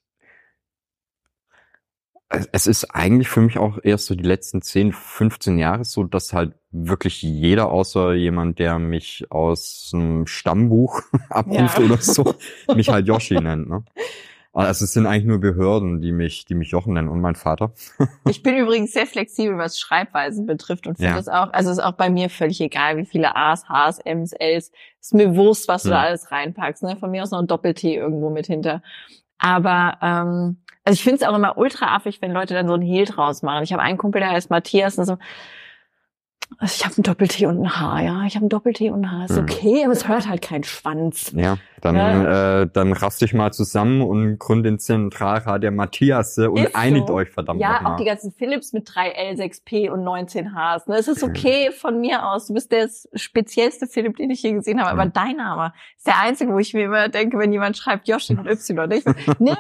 es ist eigentlich für mich auch erst so die letzten zehn, fünfzehn Jahre so, dass halt wirklich jeder, außer jemand, der mich aus einem Stammbuch abruft Ja. oder so, mich halt Yoshi nennt. Ne? Also es sind eigentlich nur Behörden, die mich, die mich Jochen nennen und mein Vater. Ich bin übrigens sehr flexibel, was Schreibweisen betrifft und finde Ja. es auch, also ist auch bei mir völlig egal, wie viele A's, H's, M's, L's. Ist mir Wurst, was du Hm. da alles reinpackst. Ne? Von mir aus noch ein Doppel-T irgendwo mit hinter. Aber ähm, also ich finde es auch immer ultra affig, wenn Leute dann so ein Hehl draus machen. Ich habe einen Kumpel, der heißt Matthias und so, also ich habe ein Doppel-T und ein H, ja. Ich habe ein Doppel-T und ein H. Ist Hm. okay, aber es hört halt kein Schwanz. Ja, dann, Ja. Äh, dann rast dich mal zusammen und gründet den Zentralrat der Matthiasse und Ist so. einigt euch verdammt Ja, nochmal. auch die ganzen Philips mit drei L, sechs P und neunzehn H's. Ne? Es ist okay von mir aus. Du bist der speziellste Philipp, den ich je gesehen habe. Aber Mhm. dein Name ist der einzige, wo ich mir immer denke, wenn jemand schreibt Yoshi mit Y. Ich, nee.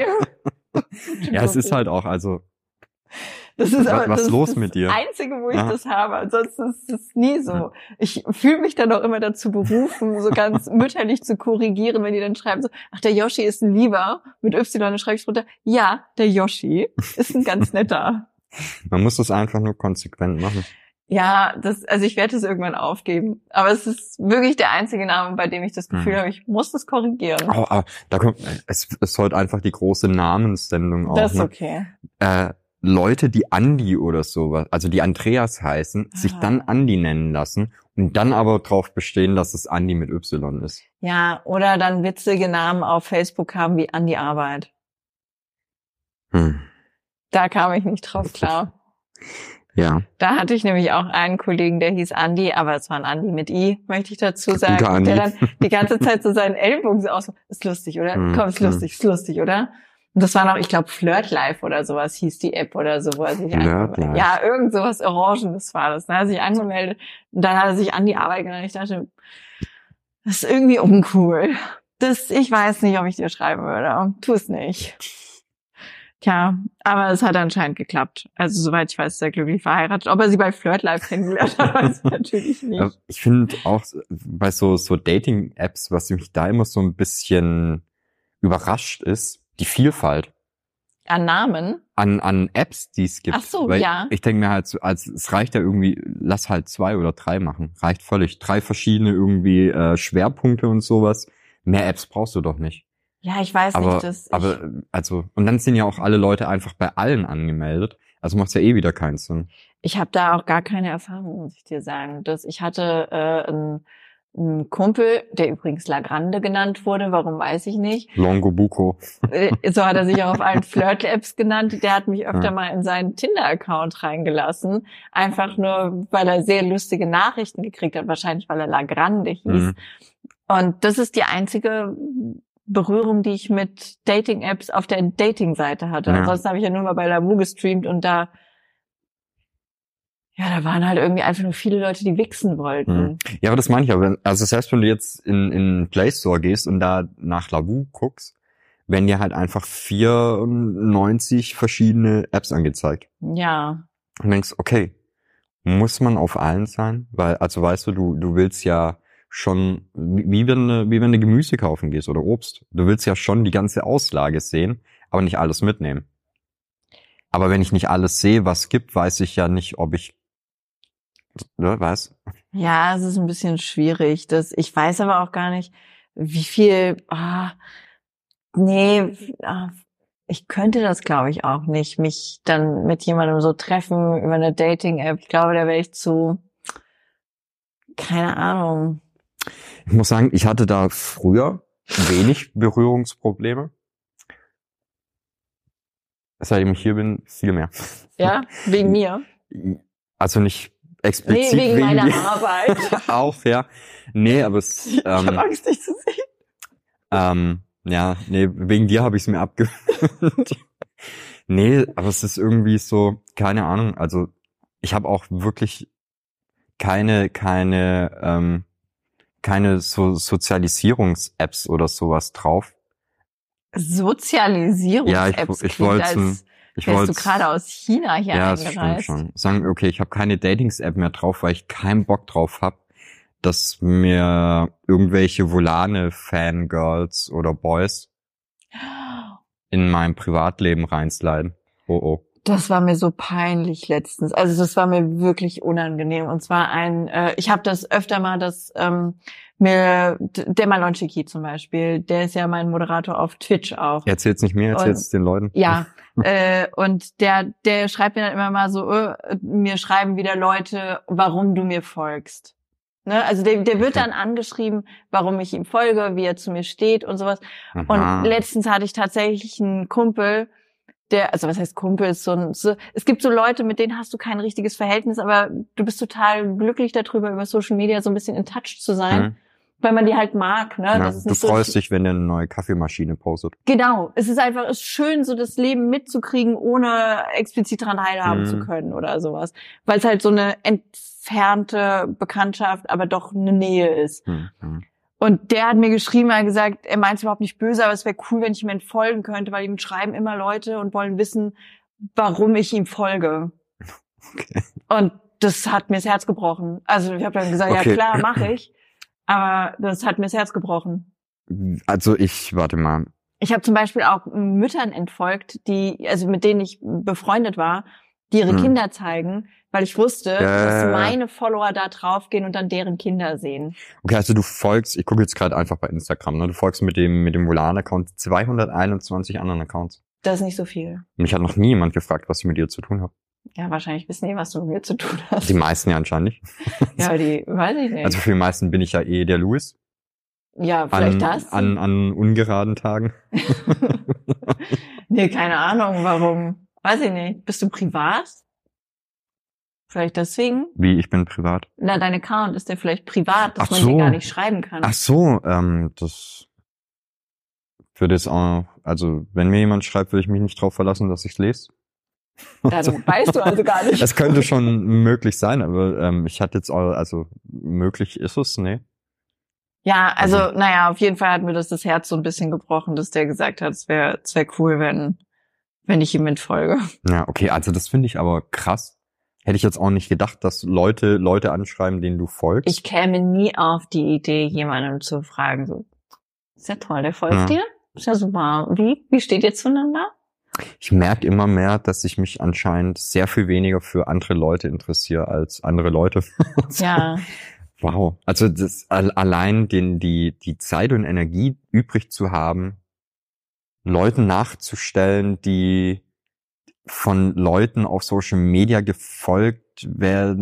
Ja, es ist halt auch, also Das ist Was- aber was das, los das mit dir? Einzige, wo ich Ja. das habe. Ansonsten ist es nie so. Ich fühle mich dann auch immer dazu berufen, so ganz mütterlich zu korrigieren, wenn die dann schreiben so, ach, der Yoshi ist ein Lieber. Mit Y, dann schreibe ich drunter, ja, der Yoshi ist ein ganz netter. man muss das einfach nur konsequent machen. Ja, das, also ich werde es irgendwann aufgeben. Aber es ist wirklich der einzige Name, bei dem ich das Gefühl Mhm. habe, ich muss das korrigieren. Aber, aber da kommt, es ist heute einfach die große Namenssendung auch. das ist Ne? okay. Äh, Leute, die Andi oder sowas, also die Andreas heißen, sich Ah. dann Andi nennen lassen und dann aber drauf bestehen, dass es Andi mit Y ist. Ja, oder dann witzige Namen auf Facebook haben wie Andi Arbeit. Hm. Da kam ich nicht drauf klar. Ja. Da hatte ich nämlich auch einen Kollegen, der hieß Andi, aber es war ein Andi mit I, möchte ich dazu sagen, Guter Andi. der dann die ganze Zeit so seinen Ellbogen so aus, ist lustig, oder? Hm, Komm, ist hm. lustig, ist lustig, oder? Und das war noch, ich glaube, Flirt Life oder sowas hieß die App oder so, wo er sich Flirt angemeldet. Life. Ja, irgend sowas Orangenes war das. Da hat er sich angemeldet und dann hat er sich an die Arbeit genannt. Ich dachte, das ist irgendwie uncool. Das, ich weiß nicht, ob ich dir schreiben würde. Tu es nicht. Tja, aber es hat anscheinend geklappt. Also soweit ich weiß, ist er glücklich verheiratet. Ob er sie bei Flirt Life kennengelernt hat, weiß ich natürlich Ja, nicht. Ich finde auch bei so, so Dating-Apps, was mich da immer so ein bisschen überrascht ist, die Vielfalt An Namen? an, an Apps, die es gibt. Ach so, Weil ja. Ich denke mir halt, so, als es reicht ja irgendwie, lass halt zwei oder drei machen. Reicht völlig. Drei verschiedene irgendwie äh, Schwerpunkte und sowas. Mehr Apps brauchst du doch nicht. Ja, ich weiß Aber, nicht, dass ich, aber, also, und dann sind ja auch alle Leute einfach bei allen angemeldet. Also macht's ja eh wieder keinen Sinn. ich habe da auch gar keine Erfahrung, muss ich dir sagen. Das, ich hatte äh, ein ein Kumpel, der übrigens Lagrande genannt wurde, warum weiß ich nicht. Longobuco. So hat er sich auch auf allen Flirt-Apps genannt. Der hat mich öfter Ja. mal in seinen Tinder-Account reingelassen. Einfach nur, weil er sehr lustige Nachrichten gekriegt hat. Wahrscheinlich, weil er Lagrande hieß. Mhm. Und das ist die einzige Berührung, die ich mit Dating-Apps auf der Dating-Seite hatte. Ja. Ansonsten habe ich ja nur mal bei Lavu gestreamt und da ja, da waren halt irgendwie einfach nur viele Leute, die wichsen wollten. Mhm. Ja, aber das meine ich aber. Also selbst wenn du jetzt in in Play Store gehst und da nach Lavu guckst, werden dir halt einfach vierundneunzig verschiedene Apps angezeigt. Ja. Und denkst, okay, muss man auf allen sein? Weil, also weißt du, du du willst ja schon, wie wenn, du- wie wenn du Gemüse kaufen gehst oder Obst. Du willst ja schon die ganze Auslage sehen, aber nicht alles mitnehmen. Aber wenn ich nicht alles sehe, was es gibt, weiß ich ja nicht, ob ich, ne, weiß? Ja, es ist ein bisschen schwierig. Das, ich weiß aber auch gar nicht, wie viel, ah, nee, ah, ich könnte das, glaube ich, auch nicht, mich dann mit jemandem so treffen über eine Dating-App. Ich glaube, da wäre ich zu, keine Ahnung. Ich muss sagen, ich hatte da früher wenig Berührungsprobleme. Seitdem ich hier bin, viel mehr. Ja, wegen mir. Also nicht Nee, explizit wegen meiner dir. Arbeit. Auch, ja. Nee, aber es, Ich habe ähm, Angst, dich zu sehen. ähm, ja, nee, wegen dir habe ich es mir abgewöhnt. Nee, aber es ist irgendwie so, keine Ahnung, also ich habe auch wirklich keine, keine, ähm, keine so Sozialisierungs-Apps oder sowas drauf. Sozialisierungs-Apps Ja, ich, ich klingt, wollte, als ich wärst wollte, du gerade aus China hier ja, das stimmt eingereist. schon. Sagen, okay, ich habe keine Datings-App mehr drauf, weil ich keinen Bock drauf habe, dass mir irgendwelche Volane-Fangirls oder Boys in mein Privatleben reinsliden. Oh oh. Das war mir so peinlich letztens. Also das war mir wirklich unangenehm. Und zwar ein, äh, ich habe das öfter mal, dass ähm, mir d- der Malonchiki zum Beispiel, der ist ja mein Moderator auf Twitch auch. Erzähl's nicht mir, erzähl's Und- den Leuten. Ja, äh, und der, der schreibt mir dann immer mal so, äh, mir schreiben wieder Leute, warum du mir folgst. Ne? Also der, der wird Okay. dann angeschrieben, warum ich ihm folge, wie er zu mir steht und sowas. Und Aha. letztens hatte ich tatsächlich einen Kumpel, der, also was heißt Kumpel, ist so ein, so, es gibt so Leute, mit denen hast du kein richtiges Verhältnis, aber du bist total glücklich darüber, über Social Media so ein bisschen in Touch zu sein, Mhm. weil man die halt mag, ne? Ja, Das ist du nicht so, freust dich, wenn der eine neue Kaffeemaschine postet. Genau. Es ist einfach, es ist schön, so das Leben mitzukriegen, ohne explizit daran teilhaben Mhm. zu können oder sowas. Weil es halt so eine entfernte Bekanntschaft, aber doch eine Nähe ist. Hm, hm. Und der hat mir geschrieben, er hat gesagt, er meint es überhaupt nicht böse, aber es wäre cool, wenn ich ihm entfolgen könnte, weil ihm schreiben immer Leute und wollen wissen, warum ich ihm folge. Okay. Und das hat mir das Herz gebrochen. Also ich habe dann gesagt, Okay. ja klar, mache ich. Aber das hat mir das Herz gebrochen. Also ich, warte mal. Ich habe zum Beispiel auch Müttern entfolgt, die, also mit denen ich befreundet war, die ihre Hm. Kinder zeigen, weil ich wusste, Ja, dass ja, ja. meine Follower da draufgehen und dann deren Kinder sehen. Okay, also du folgst, ich gucke jetzt gerade einfach bei Instagram, ne? Du folgst mit dem mit dem Volan-Account zweihunderteinundzwanzig anderen Accounts. Das ist nicht so viel. Mich hat noch nie jemand gefragt, was ich mit dir zu tun habe. Ja, wahrscheinlich wissen die, was du mit mir zu tun hast. Die meisten ja anscheinend nicht. Ja, die, weiß ich nicht. Also für die meisten bin ich ja eh der Louis. ja, vielleicht An, das. an, an ungeraden Tagen. Nee, keine Ahnung, warum. Weiß ich nicht. Bist du privat? Vielleicht deswegen? Wie, ich bin privat. Na, dein Account, ist der vielleicht privat, dass Ach man so. dir gar nicht schreiben kann? Ach so, ähm, das würde jetzt auch, also wenn mir jemand schreibt, würde ich mich nicht drauf verlassen, dass ich's lese. Dann weißt du also gar nicht. Das könnte schon möglich sein, aber ähm, ich hatte jetzt auch, also möglich ist es, nee. Ja, also, Also- naja, auf jeden Fall hat mir das das Herz so ein bisschen gebrochen, dass der gesagt hat, es wäre es wär cool, wenn, wenn ich ihm entfolge. Ja, okay, also das finde ich aber krass. Hätte ich jetzt auch nicht gedacht, dass Leute Leute anschreiben, denen du folgst. Ich käme nie auf die Idee, jemandem zu fragen, so, ist ja toll, der folgt Ja. dir? Ist ja super. Wie? Wie steht ihr zueinander? Ich merke immer mehr, dass ich mich anscheinend sehr viel weniger für andere Leute interessiere als andere Leute. Ja. Wow. Also das al- allein den die die Zeit und Energie übrig zu haben, Leuten nachzustellen, die von Leuten auf Social Media gefolgt werden,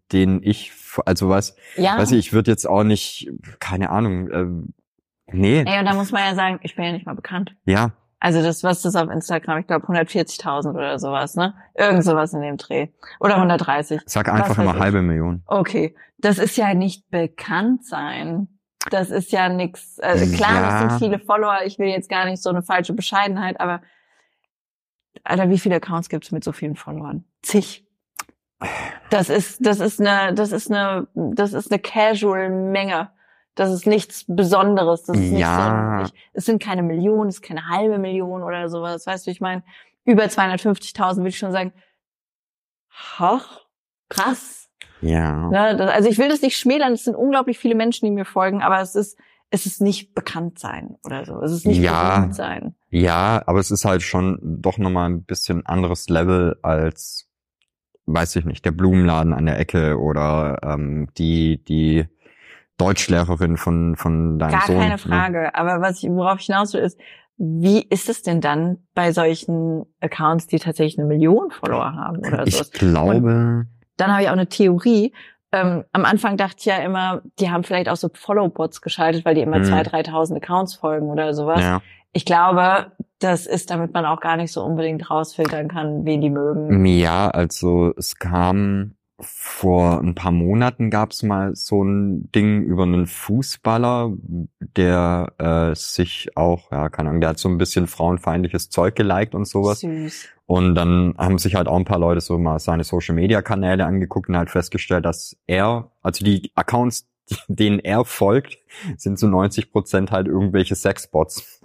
den ich, also was, Ja. weiß ich, ich würde jetzt auch nicht, keine Ahnung, äh, nee. Ey, und da muss man ja sagen, ich bin ja nicht mal bekannt. Ja. Also das, was das auf Instagram, ich glaube hundertvierzigtausend oder sowas, ne? Irgend sowas in dem Dreh. Oder hundertdreißig. Sag einfach Was weiß immer ich. halbe Million. Okay, das ist ja nicht bekannt sein. Das ist ja nix. Äh, klar, Ja. das sind viele Follower. Ich will jetzt gar nicht so eine falsche Bescheidenheit, aber Alter, wie viele Accounts gibt's mit so vielen Followern? Zig. Das ist, das ist eine, das ist eine, das ist eine Casual-Menge. Das ist nichts Besonderes. Das ist Ja. nicht so, ich, es sind keine Millionen, es ist keine halbe Million oder sowas. Weißt du, ich meine, über zweihundertfünfzigtausend würde ich schon sagen, hoch, krass. Ja. Ne, das, also ich will das nicht schmälern, es sind unglaublich viele Menschen, die mir folgen, aber es ist, es ist nicht bekannt sein oder so. Es ist nicht Ja. berühmt sein. Ja, aber es ist halt schon doch nochmal ein bisschen anderes Level als, weiß ich nicht, der Blumenladen an der Ecke oder ähm, die die Deutschlehrerin von von deinem Gar Sohn. keine ne? Frage. Aber was ich, worauf ich hinaus will, ist, wie ist es denn dann bei solchen Accounts, die tatsächlich eine Million Follower haben oder so? Ich glaube, Dann habe ich auch eine Theorie. Ähm, am Anfang dachte ich ja immer, die haben vielleicht auch so Follow-Bots geschaltet, weil die immer Mhm. zweitausend, dreitausend Accounts folgen oder sowas. ja. Ich glaube, das ist, damit man auch gar nicht so unbedingt rausfiltern kann, wen die mögen. Ja, also es kam vor ein paar Monaten gab's mal so ein Ding über einen Fußballer, der äh, sich auch, ja, keine Ahnung, der hat so ein bisschen frauenfeindliches Zeug geliked und sowas. Süß. Und dann haben sich halt auch ein paar Leute so mal seine Social-Media-Kanäle angeguckt und halt festgestellt, dass er, also die Accounts, denen er folgt, sind zu neunzig Prozent halt irgendwelche Sexbots.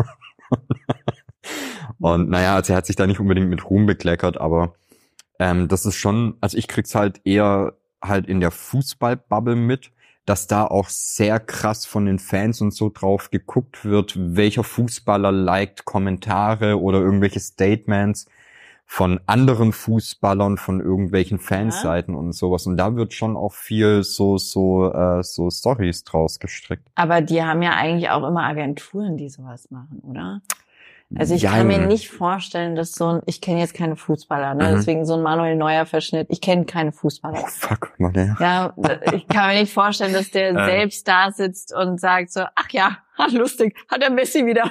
Und naja, also er hat sich da nicht unbedingt mit Ruhm bekleckert, aber ähm, das ist schon, also ich krieg's halt eher halt in der Fußballbubble mit, dass da auch sehr krass von den Fans und so drauf geguckt wird, welcher Fußballer liked Kommentare oder irgendwelche Statements von anderen Fußballern, von irgendwelchen Fanseiten und sowas. Und da wird schon auch viel so so äh, so Storys draus gestrickt. Aber die haben ja eigentlich auch immer Agenturen, die sowas machen, oder? Also ich Ja, kann mir nicht vorstellen, dass so ein, ich kenne jetzt keine Fußballer, ne? Mhm. Deswegen so ein Manuel Neuer Verschnitt, ich kenne keine Fußballer. Oh fuck, warte. Ja, ich kann mir nicht vorstellen, dass der Ähm. selbst da sitzt und sagt so, ach ja, lustig, hat der Messi wieder.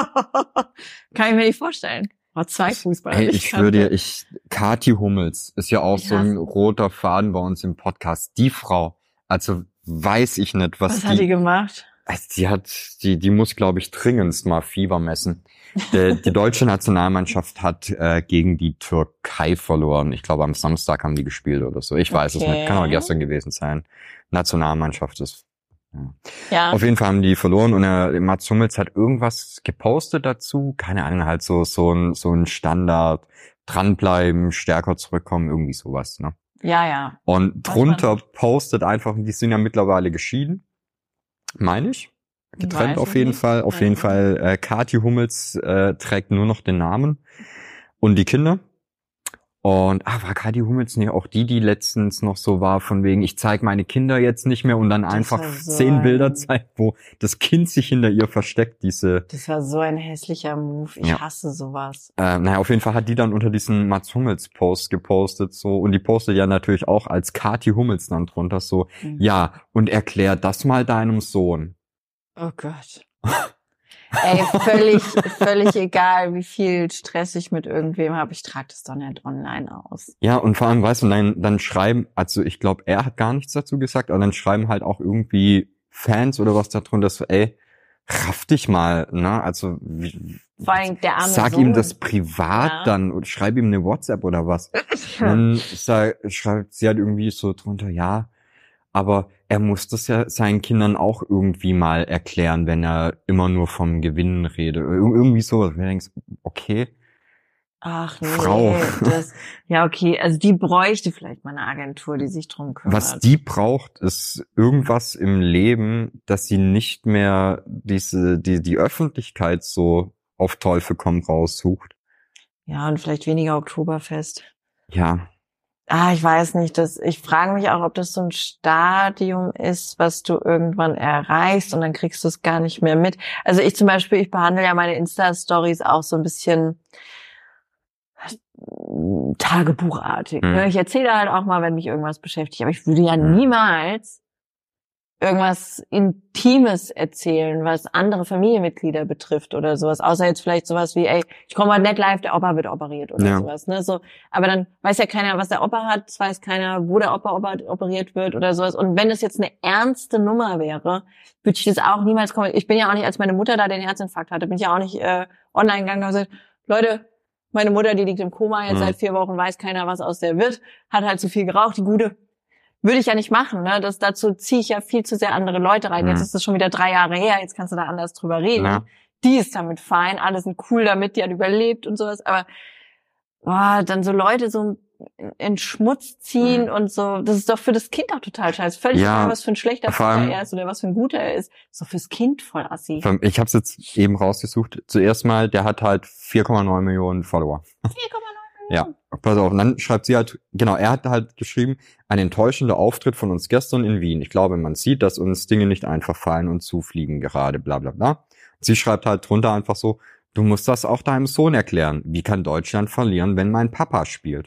Kann ich mir nicht vorstellen. Oh, zwei Fußballer. Hey, die ich kannte. würde, ich, Kathi Hummels ist ja auch Ich so ein hasse- roter Faden bei uns im Podcast. Die Frau, also weiß ich nicht, was, Was die, hat die gemacht? also die hat, die, die muss, glaube ich, dringendst mal Fieber messen. Die, die deutsche Nationalmannschaft hat äh, gegen die Türkei verloren. Ich glaube, am Samstag haben die gespielt oder so. Ich weiß es Okay. nicht. Kann auch gestern gewesen sein. Nationalmannschaft ist. Ja. Ja. Auf jeden Fall haben die verloren und er, Mats Hummels hat irgendwas gepostet dazu. Keine Ahnung, halt so, so ein, so ein Standard. Dranbleiben, stärker zurückkommen, irgendwie sowas, ne? Ja, ja. Und Was drunter postet einfach, die sind ja mittlerweile geschieden. Meine ich? Getrennt Weiß auf ich jeden nicht. Fall. Auf jeden Ja. Fall, äh, Kathi Hummels äh, trägt nur noch den Namen und die Kinder. Und, ah, war Kathi Hummels nicht auch die, die letztens noch so war, von wegen, ich zeige meine Kinder jetzt nicht mehr und dann Das einfach war so zehn ein- Bilder zeigt, wo das Kind sich hinter ihr versteckt, diese, Das war so ein hässlicher Move. Ich Ja. hasse sowas. äh, naja, auf jeden Fall hat die dann unter diesen Mats Hummels Post gepostet, so, und die postet ja natürlich auch als Kathi Hummels dann drunter, so, Mhm. ja, und erklär das mal deinem Sohn. Oh Gott. Ey, völlig, völlig egal, wie viel Stress ich mit irgendwem habe. Ich trage das doch nicht online aus. Ja, und vor allem, weißt du, dann, dann schreiben, also ich glaube, er hat gar nichts dazu gesagt, aber dann schreiben halt auch irgendwie Fans oder was da drunter, so, ey, raff dich mal, ne, also, wie, Vor allem der arme sag Sohn. ihm das privat Ja. dann und schreib ihm eine WhatsApp oder was. Und dann sag, schreibt sie halt irgendwie so drunter, ja, aber er muss das ja seinen Kindern auch irgendwie mal erklären, wenn er immer nur vom Gewinnen redet. Ir- Irgendwie so, wenn du denkst, okay, Ach nee, Frau. das, ja okay, also die bräuchte vielleicht mal eine Agentur, die sich drum kümmert. was die braucht, ist irgendwas im Leben, dass sie nicht mehr diese, die, die Öffentlichkeit so auf Teufel komm raus sucht. Ja, und vielleicht weniger Oktoberfest. Ja, Ah, ich weiß nicht, das, ich frage mich auch, ob das so ein Stadium ist, was du irgendwann erreichst und dann kriegst du es gar nicht mehr mit. Also ich zum Beispiel, ich behandle ja meine Insta-Stories auch so ein bisschen tagebuchartig. Mhm. Ne? Ich erzähle halt auch mal, wenn mich irgendwas beschäftigt, aber ich würde ja Mhm. niemals irgendwas Intimes erzählen, was andere Familienmitglieder betrifft oder sowas, außer jetzt vielleicht sowas wie, ey, ich komme heute nicht live, der Opa wird operiert oder Ja. sowas, ne, so, aber dann weiß ja keiner, was der Opa hat, es weiß keiner, wo der Opa operiert wird oder sowas, und wenn das jetzt eine ernste Nummer wäre, würde ich das auch niemals kommen. Ich bin ja auch nicht, als meine Mutter da den Herzinfarkt hatte, bin ich ja auch nicht äh, online gegangen und gesagt, Leute, meine Mutter, die liegt im Koma jetzt Mhm. seit vier Wochen, weiß keiner, was aus der wird, hat halt zu viel geraucht, die Gute. Würde ich ja nicht machen, ne? Das, dazu ziehe ich ja viel zu sehr andere Leute rein. Mhm. Jetzt ist das schon wieder drei Jahre her, jetzt kannst du da anders drüber reden. Ja. Die ist damit fein, alle sind cool damit, die hat überlebt und sowas, aber oh, dann so Leute so in Schmutz ziehen Mhm. und so, das ist doch für das Kind auch total scheiße. Völlig Ja, egal, was für ein schlechter vor Vater allem- er ist oder was für ein guter er ist. Ist doch fürs Kind voll assi. Ich habe es jetzt eben rausgesucht. Zuerst mal, der hat halt vier Komma neun Millionen Follower. vier Komma neun Ja, pass auf. Und dann schreibt sie halt, genau, er hat halt geschrieben, ein enttäuschender Auftritt von uns gestern in Wien. Ich glaube, man sieht, dass uns Dinge nicht einfach fallen und zufliegen gerade, bla bla bla. Sie schreibt halt drunter einfach so, du musst das auch deinem Sohn erklären. Wie kann Deutschland verlieren, wenn mein Papa spielt?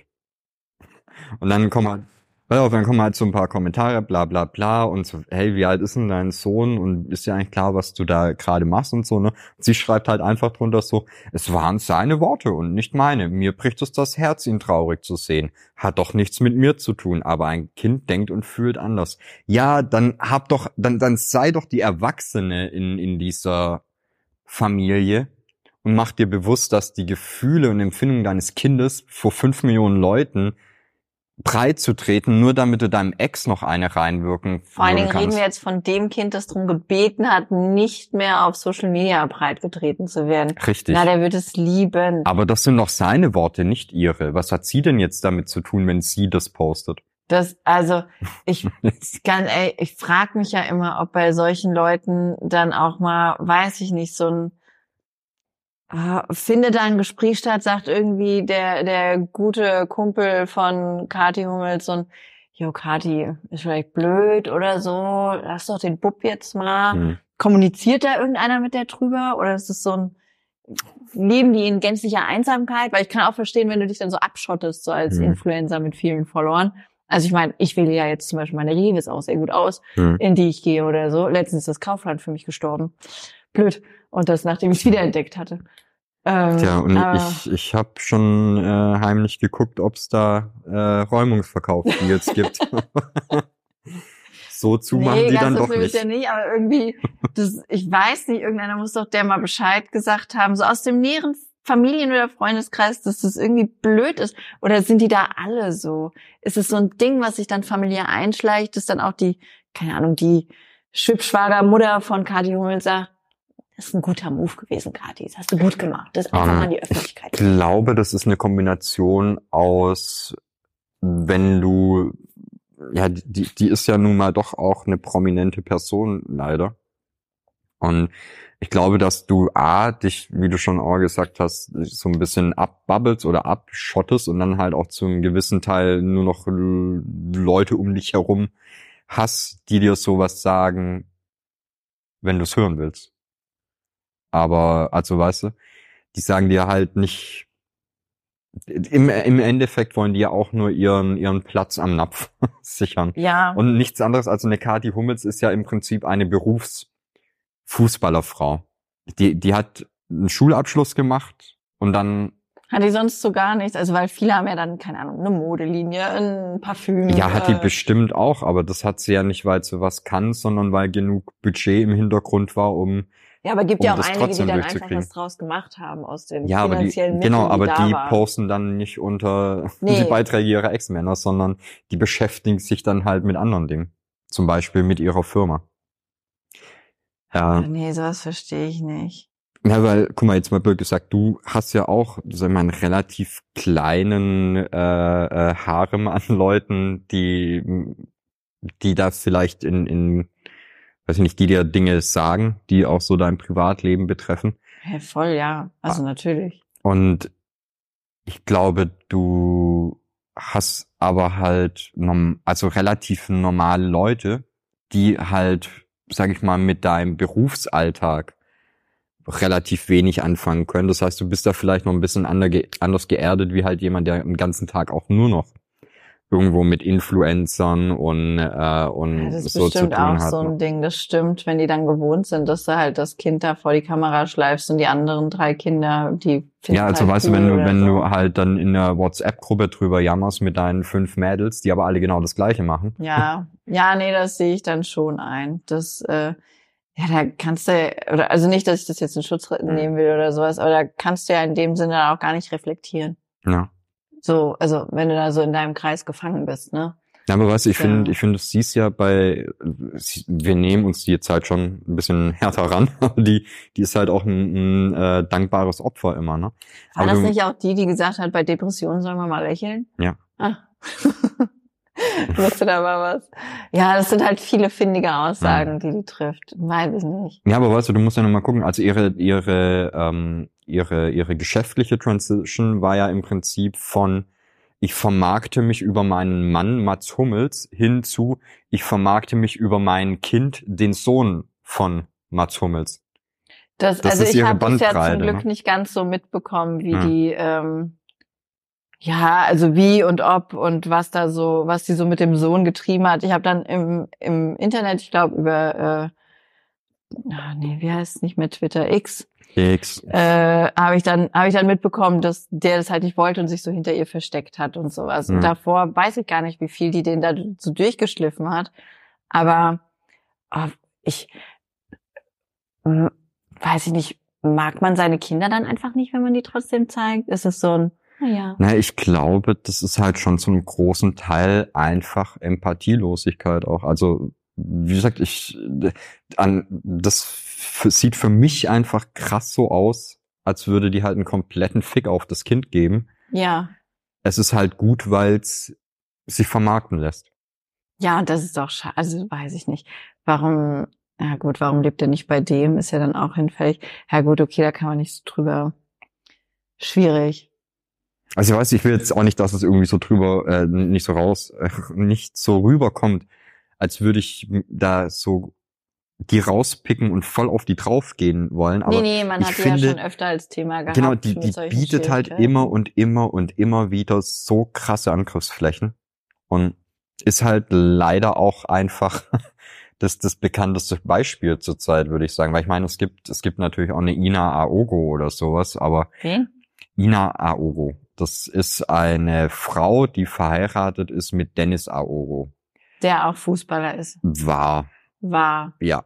Und dann kommen halt, pass auf, dann kommen halt so ein paar Kommentare, bla bla bla und so, hey, wie alt ist denn dein Sohn und ist dir eigentlich klar, was du da gerade machst und so, ne? Und sie schreibt halt einfach drunter so, es waren seine Worte und nicht meine. Mir bricht es das Herz, ihn traurig zu sehen. Hat doch nichts mit mir zu tun, aber ein Kind denkt und fühlt anders. Ja, dann hab doch, dann, dann sei doch die Erwachsene in, in dieser Familie und mach dir bewusst, dass die Gefühle und Empfindungen deines Kindes vor fünf Millionen Leuten breit zu treten, nur damit du deinem Ex noch eine reinwirken Vor allen Dingen kannst. reden wir jetzt von dem Kind, das darum gebeten hat, nicht mehr auf Social Media breit getreten zu werden. Richtig. Na, der wird es lieben. Aber das sind doch seine Worte, nicht ihre. Was hat sie denn jetzt damit zu tun, wenn sie das postet? Das, also, ich kann, ey, ich frage mich ja immer, ob bei solchen Leuten dann auch mal, weiß ich nicht, so ein Ah, findet da ein Gespräch statt, sagt irgendwie der der gute Kumpel von Kathi Hummels so ein, jo, Kathi, ist vielleicht blöd oder so, lass doch den Bub jetzt mal. Hm. Kommuniziert da irgendeiner mit der drüber? Oder ist es so ein, leben die in gänzlicher Einsamkeit? Weil ich kann auch verstehen, wenn du dich dann so abschottest, so als Hm. Influencer mit vielen Followern. Also ich meine, ich wähle ja jetzt zum Beispiel meine Revis auch sehr gut aus, Hm. in die ich gehe oder so. Letztens ist das Kaufland für mich gestorben. Blöd. Und das, nachdem ich es wiederentdeckt hatte. Ähm, Tja, und aber ich ich habe schon äh, heimlich geguckt, ob es da äh, Räumungsverkaufsdeals gibt. So zu machen nee, die dann ganz so doch schlimm ist nicht. ja nicht, aber irgendwie, das, ich weiß nicht, irgendeiner muss doch der mal Bescheid gesagt haben, so aus dem näheren Familien- oder Freundeskreis, dass das irgendwie blöd ist. Oder sind die da alle so? Ist es so ein Ding, was sich dann familiär einschleicht, dass dann auch die, keine Ahnung, die Schwibschwagermutter von Kathi Hummels sagt, das ist ein guter Move gewesen, Kathi, das hast du gut gemacht. Das einfach Ähm, mal in die Öffentlichkeit. Ich glaube, das ist eine Kombination aus, wenn du, ja, die, die ist ja nun mal doch auch eine prominente Person, leider. Und ich glaube, dass du A, dich, wie du schon auch gesagt hast, so ein bisschen abbabbelst oder abschottest und dann halt auch zu einem gewissen Teil nur noch Leute um dich herum hast, die dir sowas sagen, wenn du es hören willst. Aber, also weißt du, die sagen dir halt nicht, im, im Endeffekt wollen die ja auch nur ihren, ihren Platz am Napf sichern. Ja. Und nichts anderes als eine Kathi Hummels ist ja im Prinzip eine Berufsfußballerfrau. Die, die hat einen Schulabschluss gemacht und dann, Hat die sonst so gar nichts? Also, weil viele haben ja dann, keine Ahnung, eine Modelinie, ein Parfüm. ja, hat die äh, bestimmt auch, aber das hat sie ja nicht, weil sie was kann, sondern weil genug Budget im Hintergrund war, um Ja, aber gibt um ja auch das einige, die trotzdem dann einfach durchzukriegen. was draus gemacht haben aus den Ja, aber die, finanziellen genau, Mitteln, aber die da die waren. posten dann nicht unter Nee. die Beiträge ihrer Ex-Männer, sondern die beschäftigen sich dann halt mit anderen Dingen. Zum Beispiel mit ihrer Firma. Ja, Nee, sowas verstehe ich nicht. ja, weil, guck mal, jetzt mal blöd gesagt, du hast ja auch, sag mal, einen relativ kleinen äh, äh, Harem an Leuten, die die da vielleicht in, in, weiß ich nicht, die dir Dinge sagen, die auch so dein Privatleben betreffen. Ja, voll, ja. Also natürlich. Und ich glaube, du hast aber halt norm- also relativ normale Leute, die halt, sag ich mal, mit deinem Berufsalltag relativ wenig anfangen können. Das heißt, du bist da vielleicht noch ein bisschen anders geerdet, wie halt jemand, der den ganzen Tag auch nur noch irgendwo mit Influencern und äh, und ja, das ist so zu tun bestimmt auch hat. so ein Ding, das stimmt, wenn die dann gewohnt sind, dass du halt das Kind da vor die Kamera schleifst und die anderen drei Kinder, die finden Ja, also halt weißt cool du, wenn du, oder wenn so. du halt dann in der WhatsApp-Gruppe drüber jammerst mit deinen fünf Mädels, die aber alle genau das Gleiche machen. Ja, ja, nee, das sehe ich dann schon ein. Das, äh, ja, da kannst du, oder also nicht, dass ich das jetzt in Schutz nehmen will oder sowas, aber da kannst du ja in dem Sinne auch gar nicht reflektieren. Ja. So, also wenn du da so in deinem Kreis gefangen bist, ne? Ja, aber weißt du, ich Ja. finde, ich finde, du siehst ja bei, wir nehmen uns die jetzt halt schon ein bisschen härter ran, aber die, die ist halt auch ein, ein äh, dankbares Opfer immer, ne? War aber das du, nicht auch die, die gesagt hat, bei Depressionen sollen wir mal lächeln? Ja. Ah. Wusste da mal was? Ja, das sind halt viele findige Aussagen, die die trifft. Weiß ich nicht. Ja, aber weißt du, du musst ja noch mal gucken. Also ihre, ihre, ähm, ihre, ihre geschäftliche Transition war ja im Prinzip von ich vermarkte mich über meinen Mann Mats Hummels hin zu ich vermarkte mich über mein Kind, den Sohn von Mats Hummels. Das, Das also ist ich ihre habe das ja Bandbreite, zum Glück ne? nicht ganz so mitbekommen, wie Ja. die, ähm, ja, also wie und ob und was da so, was die so mit dem Sohn getrieben hat. Ich habe dann im im Internet, ich glaube über, äh, ah, nee, wie heißt es nicht mehr Twitter X, X. äh, habe ich dann habe ich dann mitbekommen, dass der das halt nicht wollte und sich so hinter ihr versteckt hat und sowas. Mhm. Und davor weiß ich gar nicht, wie viel die den da so durchgeschliffen hat. Aber oh, ich äh, weiß ich nicht, mag man seine Kinder dann einfach nicht, wenn man die trotzdem zeigt? Ist es so ein, naja. Na, ich glaube, das ist halt schon zum großen Teil einfach Empathielosigkeit auch. Also, wie gesagt, ich, an, das f- sieht für mich einfach krass so aus, als würde die halt einen kompletten Fick auf das Kind geben. Ja. Es ist halt gut, weil es sich vermarkten lässt. Ja, und das ist doch schade. Also weiß ich nicht. Warum, ja gut, warum lebt er nicht bei dem? Ist ja dann auch hinfällig. Ja gut, okay, da kann man nicht so drüber. Schwierig. Also ich weiß, ich will jetzt auch nicht, dass es irgendwie so drüber, äh, nicht so raus, äh, nicht so rüberkommt, als würde ich da so die rauspicken und voll auf die draufgehen wollen. Aber nee, nee, man ich hat die finde, ja schon öfter als Thema gehabt. genau, die, mit die solchen bietet halt Schwierigkeiten. immer und immer und immer wieder so krasse Angriffsflächen und ist halt leider auch einfach das, das bekannteste Beispiel zurzeit, würde ich sagen. Weil ich meine, es gibt, es gibt natürlich auch eine Ina Aogo oder sowas, aber Wen? Ina Aogo, das ist eine Frau, die verheiratet ist mit Dennis Aogo. Der auch Fußballer ist. War, War. ja.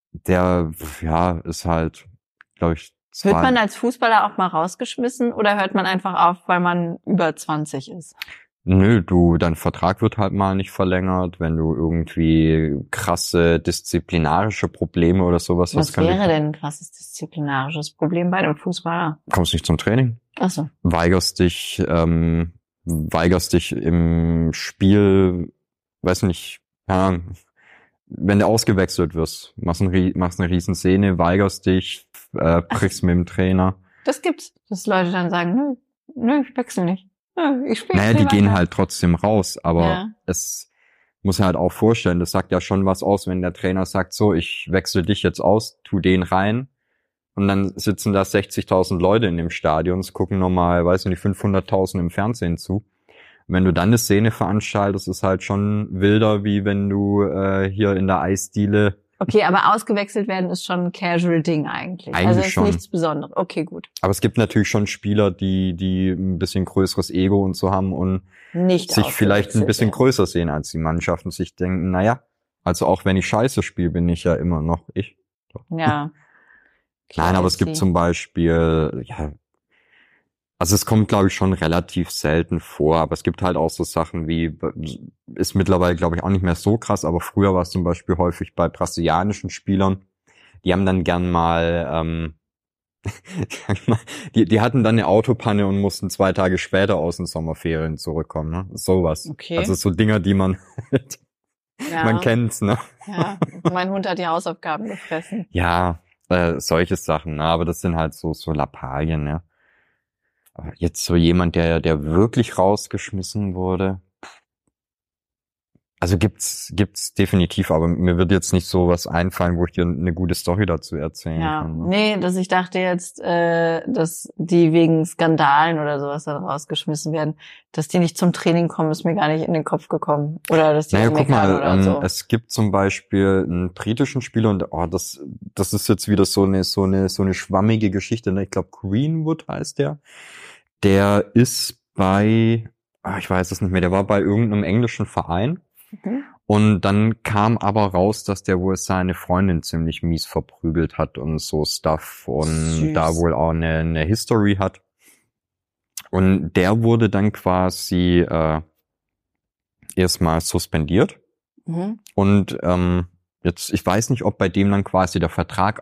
Der, ja, ist halt, glaube ich, Wird zwar- man als Fußballer auch mal rausgeschmissen oder hört man einfach auf, weil man über zwanzig ist? Nö, du, dein Vertrag wird halt mal nicht verlängert, wenn du irgendwie krasse disziplinarische Probleme oder sowas Was hast. kann wäre dich- denn ein krasses disziplinarisches Problem bei einem Fußballer? Kommst nicht zum Training, Ach so. weigerst dich, ähm, weigerst dich im Spiel, weiß nicht, keine Ahnung, wenn du ausgewechselt wirst, machst, ein, rie- machst eine riesen Szene, weigerst dich, äh, brichst mit dem Trainer. Das gibt's. Dass Leute dann sagen, nö, nö, ich wechsle nicht. Nö, ich spiele Naja, die gehen halt trotzdem raus, aber Ja. es muss halt auch vorstellen, das sagt ja schon was aus, wenn der Trainer sagt, so, ich wechsle dich jetzt aus, tu den rein und dann sitzen da sechzigtausend Leute in dem Stadion, es gucken nochmal, weiß nicht, fünfhunderttausend im Fernsehen zu. Und wenn du dann eine Szene veranstaltest, ist halt schon wilder, wie wenn du äh, hier in der Eisdiele. Okay, aber ausgewechselt werden ist schon ein Casual-Ding eigentlich. Eigentlich also ist schon. nichts Besonderes. Okay, gut. Aber es gibt natürlich schon Spieler, die die ein bisschen größeres Ego und so haben und Nicht sich vielleicht ein ausgewechselt bisschen werden. größer sehen als die Mannschaft und sich denken, naja, also auch wenn ich scheiße spiele, bin ich ja immer noch ich. Ja. Nein, aber es gibt Classy. zum Beispiel, ja, also es kommt, glaube ich, schon relativ selten vor, aber es gibt halt auch so Sachen wie, ist mittlerweile, glaube ich, auch nicht mehr so krass, aber früher war es zum Beispiel häufig bei brasilianischen Spielern, die haben dann gern mal, ähm, die, die hatten dann eine Autopanne und mussten zwei Tage später aus den Sommerferien zurückkommen, ne? Sowas. Okay. Also so Dinger, die man, Ja. man kennt's, ne? Ja. Mein Hund hat die Hausaufgaben gefressen. Ja, äh, solche Sachen, ne? Aber das sind halt so, so Lappalien, ne? Aber jetzt so jemand, der, der wirklich rausgeschmissen wurde, Also gibt's gibt's definitiv, aber mir wird jetzt nicht so was einfallen, wo ich dir eine gute Story dazu erzählen Ja, kann. Ne? nee, dass ich dachte jetzt, äh, dass die wegen Skandalen oder sowas dann rausgeschmissen werden, dass die nicht zum Training kommen, ist mir gar nicht in den Kopf gekommen. Oder dass die Naja, meckern guck mal, oder ähm, so. es gibt zum Beispiel einen britischen Spieler und oh, das das ist jetzt wieder so eine so eine so eine schwammige Geschichte. Ne? Ich glaube Greenwood heißt der. Der ist bei, ah, ich weiß es nicht mehr, der war bei irgendeinem englischen Verein. Mhm. Und dann kam aber raus, dass der wohl seine Freundin ziemlich mies verprügelt hat und so Stuff und Süß. da wohl auch eine, eine History hat. Und der wurde dann quasi äh, erstmal suspendiert. Mhm. Und ähm, jetzt, ich weiß nicht, ob bei dem dann quasi der Vertrag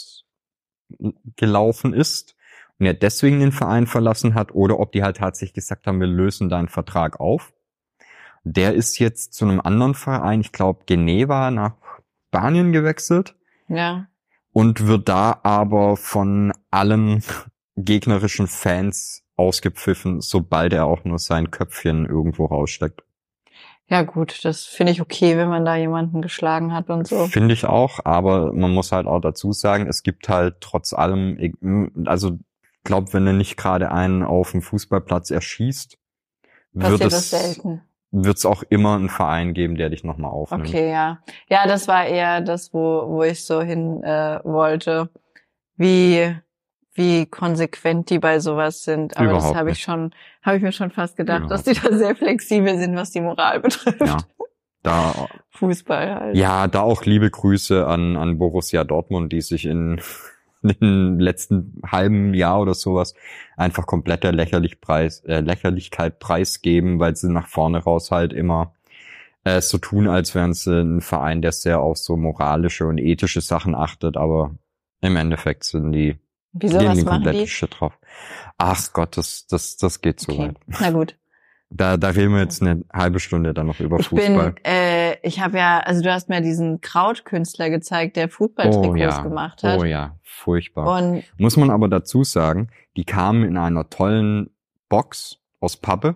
ausgelaufen ist und er deswegen den Verein verlassen hat oder ob die halt tatsächlich gesagt haben, wir lösen deinen Vertrag auf. Der ist jetzt zu einem anderen Verein, ich glaube Geneva, nach Spanien gewechselt Ja. und wird da aber von allen gegnerischen Fans ausgepfiffen, sobald er auch nur sein Köpfchen irgendwo raussteckt. Ja gut, das finde ich okay, wenn man da jemanden geschlagen hat und so. Finde ich auch, aber man muss halt auch dazu sagen, es gibt halt trotz allem, also ich glaube, wenn er nicht gerade einen auf dem Fußballplatz erschießt, wird Passiert das es selten. wird es auch immer einen Verein geben, der dich nochmal aufnimmt. Okay, ja. Ja, das war eher das, wo wo ich so hin äh, wollte, wie wie konsequent die bei sowas sind. Aber Überhaupt das habe ich nicht. schon, habe ich mir schon fast gedacht, Überhaupt dass die da sehr flexibel sind, was die Moral betrifft. Ja, da, Fußball halt. ja, da auch liebe Grüße an, an Borussia Dortmund, die sich in, in den letzten halben Jahr oder sowas einfach komplett der Lächerlich Preis, äh, Lächerlichkeit preisgeben, weil sie nach vorne raus halt immer äh, so tun, als wären sie ein Verein, der sehr auf so moralische und ethische Sachen achtet, aber im Endeffekt sind die Wieso, gehen was die machen komplette die? Shit drauf. Ach Gott, das, das, das geht so Okay, weit. na gut. Da, da reden wir jetzt eine halbe Stunde dann noch über Ich Fußball. bin, äh, ich habe ja, also du hast mir diesen Krautkünstler gezeigt, der Fußballtrikots oh ja, gemacht hat. oh ja, furchtbar. Und Muss man aber dazu sagen, die kamen in einer tollen Box aus Pappe.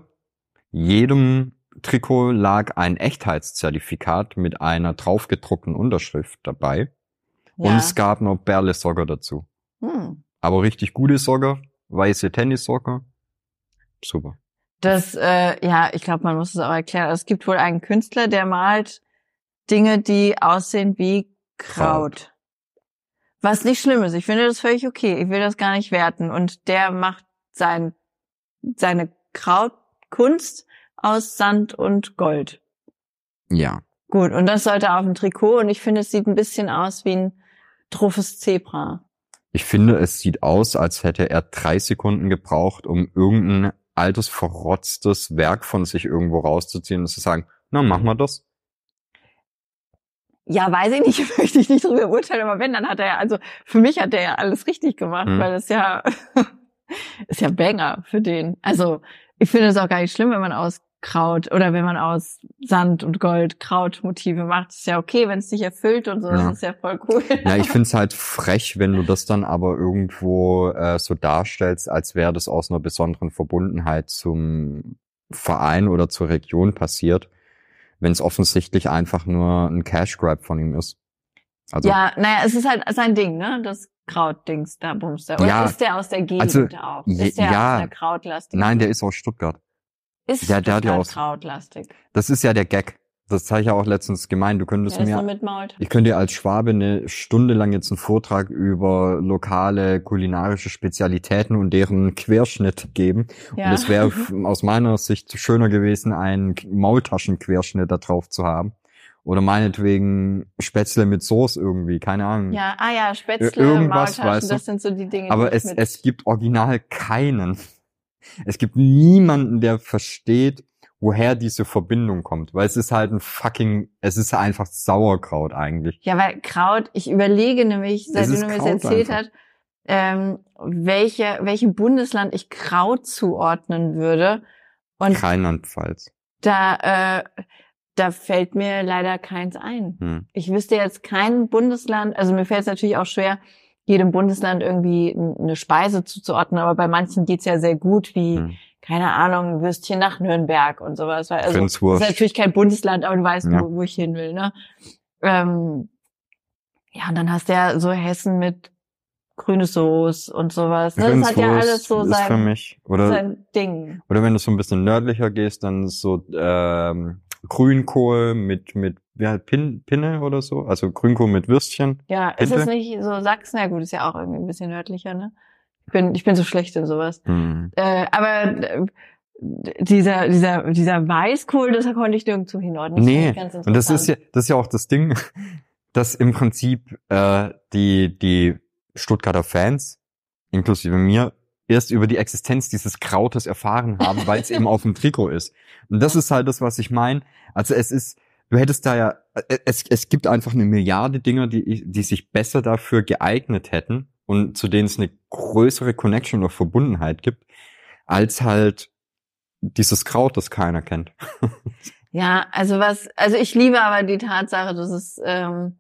Jedem Trikot lag ein Echtheitszertifikat mit einer draufgedruckten Unterschrift dabei. ja. Und es gab noch Berle-Socker dazu. Hm. Aber richtig gute Socker, weiße Tennissocker. Super. Das, äh, ja, ich glaube, man muss es auch erklären. Es gibt wohl einen Künstler, der malt Dinge, die aussehen wie Kraut. Kraut. Was nicht schlimm ist. Ich finde das völlig okay. Ich will das gar nicht werten. Und der macht sein, seine Krautkunst aus Sand und Gold. Ja. Gut, und das sollte auf dem Trikot. Und ich finde, es sieht ein bisschen aus wie ein truffes Zebra. Ich finde, es sieht aus, als hätte er drei Sekunden gebraucht, um irgendein altes, verrotztes Werk von sich irgendwo rauszuziehen und zu sagen, na, machen wir das. Ja, weiß ich nicht, möchte ich nicht drüber urteilen, aber wenn, dann hat er ja, also für mich hat er ja alles richtig gemacht, Hm. weil das ja, ist ja Banger für den. Also ich finde es auch gar nicht schlimm, wenn man aus Kraut oder wenn man aus Sand und Gold Krautmotive macht. Ist ja okay, wenn es dich erfüllt und so, Ja. das ist ja voll cool. Ja, ich find's halt frech, wenn du das dann aber irgendwo äh, so darstellst, als wäre das aus einer besonderen Verbundenheit zum Verein oder zur Region passiert, wenn es offensichtlich einfach nur ein Cash Grab von ihm ist. Also Ja, naja, es ist halt sein Ding, ne? Das Krautdings, da bums da. Oder Ja, ist der aus der Gegend also, auch? je- Ist der ja. aus der Krautlastig? nein, der ist aus Stuttgart. Ist der- der hat ja Stuttgart auch- Krautlastig. Das ist ja der Gag. Das habe ich ja auch letztens gemeint. Du könntest Der ist nur mir mit Mault. Ich könnte dir als Schwabe eine Stunde lang jetzt einen Vortrag über lokale kulinarische Spezialitäten und deren Querschnitt geben. Ja. Und es wäre f- aus meiner Sicht schöner gewesen, einen Maultaschenquerschnitt da drauf zu haben. Oder meinetwegen Spätzle mit Soße irgendwie, keine Ahnung. Ja, ah ja, Spätzle, Irgendwas, Maultaschen, weißt du? das sind so die Dinge, Aber die ich es, mit... es gibt original keinen. Es gibt niemanden, der versteht, woher diese Verbindung kommt. Weil es ist halt ein fucking, es ist einfach Sauerkraut eigentlich. Ja, weil Kraut, ich überlege nämlich, seitdem ist du mir das Kraut erzählt einfach. hast, ähm, welche, welchem Bundesland ich Kraut zuordnen würde. Und Rheinland-Pfalz. da, äh, da fällt mir leider keins ein. Hm. Ich wüsste jetzt kein Bundesland, also mir fällt es natürlich auch schwer, jedem Bundesland irgendwie eine Speise zuzuordnen, aber bei manchen geht's ja sehr gut, wie Hm. keine Ahnung, Würstchen nach Nürnberg und sowas. Weil, also, das Grenzwurst. ist natürlich kein Bundesland, aber du weißt, Ja. wo, wo ich hin will, ne? Ähm, ja, und dann hast du ja so Hessen mit grünes Soße und sowas. Ne? Das hat ja alles so ist für sein, mich. Oder, sein Ding. oder wenn du so ein bisschen nördlicher gehst, dann ist so ähm, Grünkohl mit mit wie halt Pin, Pinne oder so. Also Grünkohl mit Würstchen. Ja, ist Pinte? es nicht so Sachsen? Ja gut, ist ja auch irgendwie ein bisschen nördlicher, ne? Ich bin, ich bin so schlecht in sowas. Hm. Äh, aber äh, dieser, dieser, dieser Weißkohl, das konnte ich nirgendwo hinordnen. Das Nee, fand ich ganz und das ist ja, interessant. das ist ja auch das Ding, dass im Prinzip äh, die die Stuttgarter Fans, inklusive mir, erst über die Existenz dieses Krautes erfahren haben, weil es eben auf dem Trikot ist. Und das ist halt das, was ich meine. Also es ist, du hättest da ja, es, es gibt einfach eine Milliarde Dinger, die, die sich besser dafür geeignet hätten und zu denen es eine größere Connection oder Verbundenheit gibt, als halt dieses Kraut, das keiner kennt. Ja, also was, also ich liebe aber die Tatsache, dass es ähm,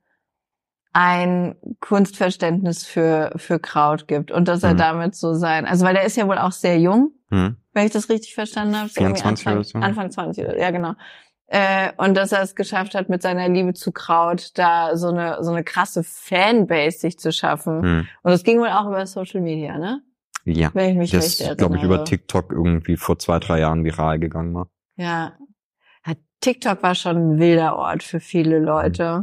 ein Kunstverständnis für für Kraut gibt und dass er Mhm. damit so sein, also weil der ist ja wohl auch sehr jung, Hm? wenn ich das richtig verstanden habe. So irgendwie vierundzwanzig Anfang, oder so. Anfang zwanzig, ja genau. Äh, und dass er es geschafft hat, mit seiner Liebe zu Kraut da so eine so eine krasse Fanbase sich zu schaffen. Hm. Und das ging wohl auch über Social Media, ne? Ja, Wenn ich mich das recht erinnere. glaube ich über TikTok irgendwie vor zwei, drei Jahren viral gegangen war. Ja. Ja, TikTok war schon ein wilder Ort für viele Leute.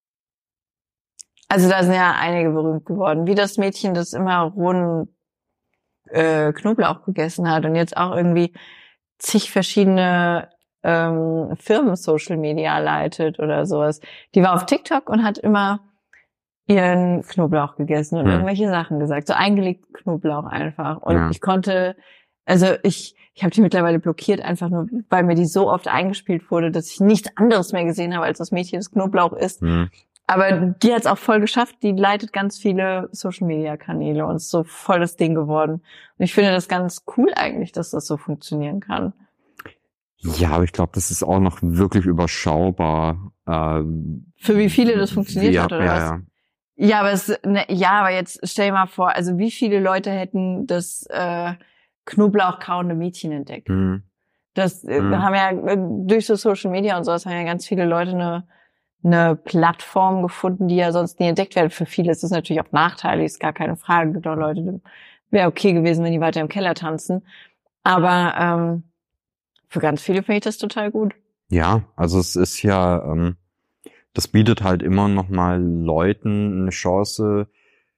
Also da sind ja einige berühmt geworden. Wie das Mädchen, das immer rohen äh, Knoblauch gegessen hat und jetzt auch irgendwie zig verschiedene ähm, Firmen Social Media leitet oder sowas. Die war auf TikTok und hat immer ihren Knoblauch gegessen und Hm. irgendwelche Sachen gesagt. So eingelegten Knoblauch einfach. Und Ja. ich konnte, also ich, ich habe die mittlerweile blockiert, einfach nur, weil mir die so oft eingespielt wurde, dass ich nichts anderes mehr gesehen habe, als das Mädchen das Knoblauch isst. Hm. Aber die hat es auch voll geschafft. Die leitet ganz viele Social-Media-Kanäle und ist so voll das Ding geworden. Und ich finde das ganz cool eigentlich, dass das so funktionieren kann. Ja, aber ich glaube, das ist auch noch wirklich überschaubar. Ähm, Für wie viele das funktioniert ja, hat, oder ja, was? Ja. Ja, aber es, ne, ja, aber jetzt stell dir mal vor, also wie viele Leute hätten das äh, Knoblauchkauende Mädchen entdeckt? Hm. Das äh, Mhm. haben ja äh, durch so Social Media und sowas haben ja ganz viele Leute eine eine Plattform gefunden, die ja sonst nie entdeckt werden. Für viele ist das natürlich auch nachteilig, ist gar keine Frage. Es gibt auch Leute, die wäre okay gewesen, wenn die weiter im Keller tanzen. Aber ähm, für ganz viele finde ich das total gut. Ja, also es ist ja, ähm, das bietet halt immer noch mal Leuten eine Chance,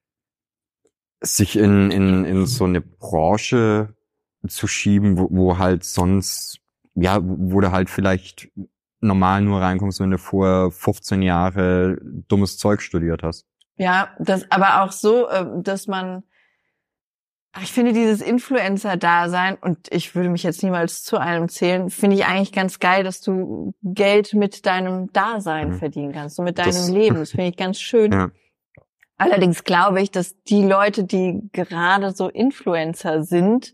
sich in in in so eine Branche zu schieben, wo, wo halt sonst, ja, wo du halt vielleicht normal nur reinkommst, wenn du vorher fünfzehn Jahre dummes Zeug studiert hast. Ja, das aber auch so, äh, dass man, ach, ich finde dieses Influencer-Dasein, und ich würde mich jetzt niemals zu einem zählen, finde ich eigentlich ganz geil, dass du Geld mit deinem Dasein Mhm. verdienen kannst, so mit deinem Das- Leben. Das finde ich ganz schön. Ja. Allerdings glaube ich, dass die Leute, die gerade so Influencer sind,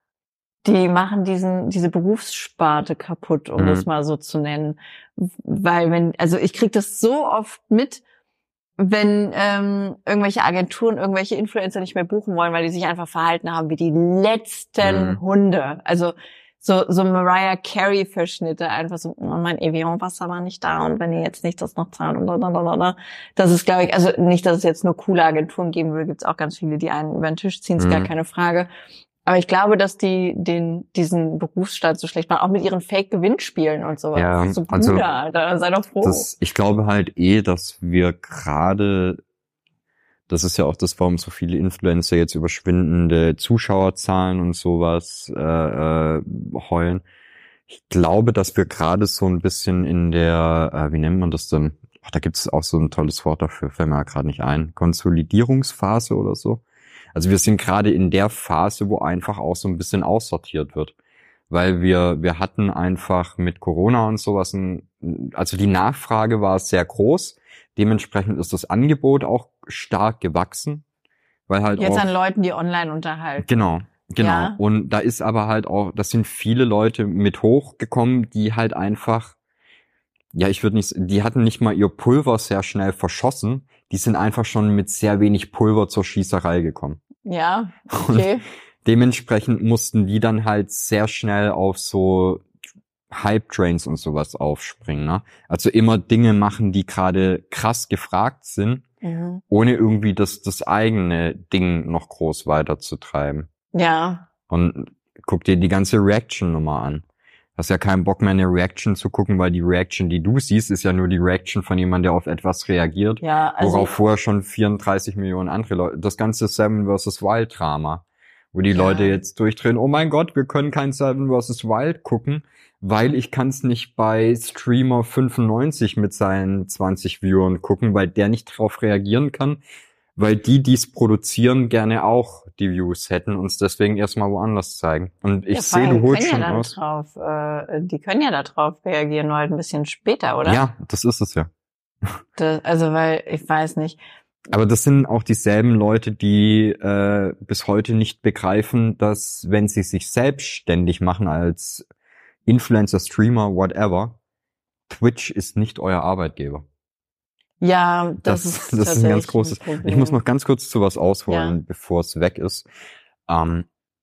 die machen diesen diese Berufssparte kaputt, um Mhm. das mal so zu nennen. Weil wenn, also ich krieg das so oft mit, wenn ähm, irgendwelche Agenturen irgendwelche Influencer nicht mehr buchen wollen, weil die sich einfach verhalten haben wie die letzten Mhm. Hunde. Also so so Mariah Carey Verschnitte, einfach so, oh, mein Evian-Wasser war nicht da und wenn ihr jetzt nicht das noch zahlt und da, da, da, da. Das ist, glaube ich, also nicht, dass es jetzt nur coole Agenturen geben würde, gibt's auch ganz viele, die einen über den Tisch ziehen, ist Mhm. gar keine Frage. Aber ich glaube, dass die den diesen Berufsstand so schlecht machen, auch mit ihren Fake-Gewinnspielen und sowas. Ja, so also Bruder, Alter, sei doch froh. Das, ich glaube halt eh, dass wir gerade, das ist ja auch das, warum so viele Influencer jetzt über schwindende Zuschauerzahlen und sowas äh, äh, heulen. Ich glaube, dass wir gerade so ein bisschen in der, äh, wie nennt man das denn? Ach, da gibt es auch so ein tolles Wort dafür, fällt mir ja gerade nicht ein. Konsolidierungsphase oder so. Also wir sind gerade in der Phase, wo einfach auch so ein bisschen aussortiert wird. Weil wir, wir hatten einfach mit Corona und sowas, ein, also die Nachfrage war sehr groß. Dementsprechend ist das Angebot auch stark gewachsen. Weil halt Jetzt auch, an Leuten, die online unterhalten. Genau, genau. Ja. Und da ist aber halt auch, das sind viele Leute mit hochgekommen, die halt einfach, ja, ich würde nicht, die hatten nicht mal ihr Pulver sehr schnell verschossen. Die sind einfach schon mit sehr wenig Pulver zur Schießerei gekommen. Ja, okay. dementsprechend mussten die dann halt sehr schnell auf so Hype-Trains und sowas aufspringen, ne? Also immer Dinge machen, die gerade krass gefragt sind, mhm. ohne irgendwie das, das eigene Ding noch groß weiterzutreiben. Ja. Und guck dir die ganze Reaction-Nummer an. Hast ja keinen Bock mehr, eine Reaction zu gucken, weil die Reaction, die du siehst, ist ja nur die Reaction von jemandem, der auf etwas reagiert, ja, also worauf vorher schon vierunddreißig Millionen andere Leute, das ganze Seven versus Wild Drama, wo die ja. Leute jetzt durchdrehen, oh mein Gott, wir können kein Seven versus Wild gucken, weil ich kann es nicht bei Streamer fünfundneunzig mit seinen zwanzig Viewern gucken, weil der nicht drauf reagieren kann, weil die, die es produzieren, gerne auch die Views hätten und es deswegen erstmal woanders zeigen. Und ich ja, sehe, du holst schon ja aus. Drauf, äh, die können ja da drauf reagieren, nur halt ein bisschen später, oder? Ja, das ist es ja. Das, also, weil, ich weiß nicht. Aber das sind auch dieselben Leute, die äh, bis heute nicht begreifen, dass wenn sie sich selbstständig machen als Influencer, Streamer, whatever, Twitch ist nicht euer Arbeitgeber. Ja, das, das ist das ist ein ganz großes. Ein ich muss noch ganz kurz zu was ausholen, ja. bevor es weg ist. Ähm,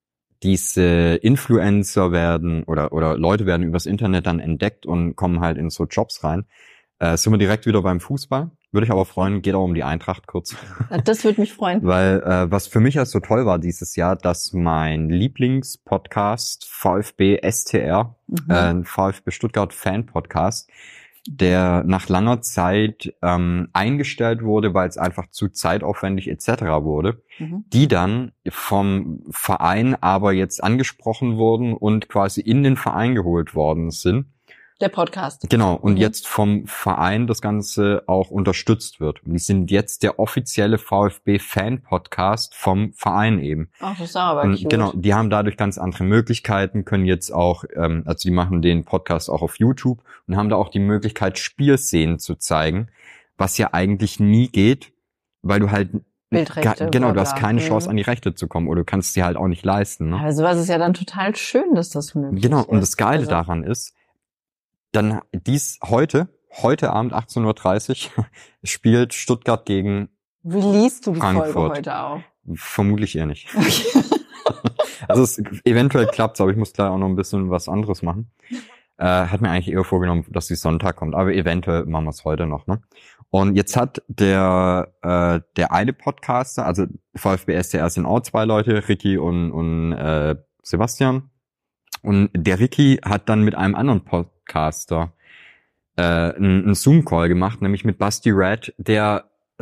diese Influencer werden oder oder Leute werden übers Internet dann entdeckt und kommen halt in so Jobs rein. Äh, sind wir direkt wieder beim Fußball. Würde ich aber freuen, geht auch um die Eintracht kurz. Das würde mich freuen. Weil äh, was für mich ja so toll war dieses Jahr, dass mein Lieblingspodcast VfB S T R, mhm. äh, VfB Stuttgart Fan Podcast, der nach langer Zeit ähm, eingestellt wurde, weil es einfach zu zeitaufwendig et cetera wurde, mhm. die dann vom Verein aber jetzt angesprochen wurden und quasi in den Verein geholt worden sind. Der Podcast. Genau, und mhm. jetzt vom Verein das Ganze auch unterstützt wird. Und die sind jetzt der offizielle VfB-Fan-Podcast vom Verein eben. Ach, das ist aber und cute. Genau, die haben dadurch ganz andere Möglichkeiten, können jetzt auch, ähm, also die machen den Podcast auch auf YouTube und haben da auch die Möglichkeit, Spielszenen zu zeigen, was ja eigentlich nie geht, weil du halt Bildrechte. Genau, du hast keine Chance, an die Rechte zu kommen oder du kannst sie halt auch nicht leisten. Ne? Aber sowas ist ja dann total schön, dass das möglich genau, ist. Genau, und das Geile also. daran ist, dann dies heute, heute Abend achtzehn Uhr dreißig spielt Stuttgart gegen Release du die Frankfurt. Folge heute auch? Vermutlich eher nicht. Okay. Also es, eventuell klappt's, aber ich muss gleich auch noch ein bisschen was anderes machen. Äh, hat mir eigentlich eher vorgenommen, dass die Sonntag kommt, aber eventuell machen wir es heute noch. Ne? Und jetzt hat der äh, der eine Podcaster, also VfB S T R sind auch zwei Leute, Ricky und, und äh, Sebastian. Und der Ricky hat dann mit einem anderen Podcaster äh, einen, einen Zoom-Call gemacht, nämlich mit Basti Red, der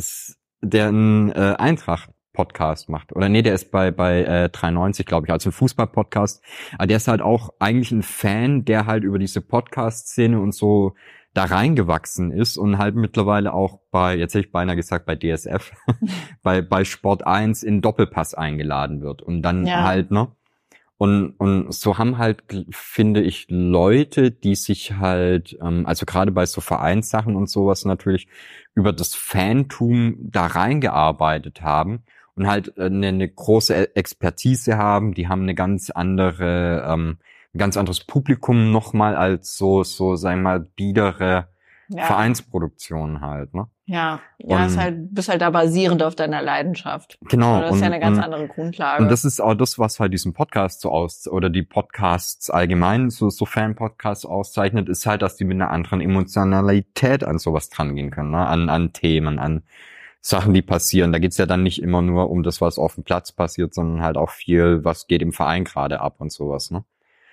der einen äh, Eintracht-Podcast macht. Oder nee, der ist bei bei äh, dreiundneunzig, glaube ich, also ein Fußball-Podcast. Aber der ist halt auch eigentlich ein Fan, der halt über diese Podcast-Szene und so da reingewachsen ist und halt mittlerweile auch bei, jetzt hätte ich beinahe gesagt, bei D S F, bei bei Sport eins in Doppelpass eingeladen wird. Und dann ja. halt, ne? Und und so haben halt, finde ich, Leute, die sich halt, ähm, also gerade bei so Vereinssachen und sowas natürlich, über das Fantum da reingearbeitet haben und halt eine, eine große Expertise haben, die haben eine ganz andere, ähm, ein ganz anderes Publikum nochmal als so, so, sagen wir mal, biedere ja. Vereinsproduktionen halt, ne? Ja, ja, und ist halt, bist halt da basierend auf deiner Leidenschaft. Genau. Das ist und, ja eine ganz und, andere Grundlage. Und das ist auch das, was halt diesen Podcast so aus, oder die Podcasts allgemein, so, so Fan-Podcasts auszeichnet, ist halt, dass die mit einer anderen Emotionalität an sowas drangehen können, ne? An, an Themen, an Sachen, die passieren. Da geht's ja dann nicht immer nur um das, was auf dem Platz passiert, sondern halt auch viel, was geht im Verein gerade ab und sowas, ne?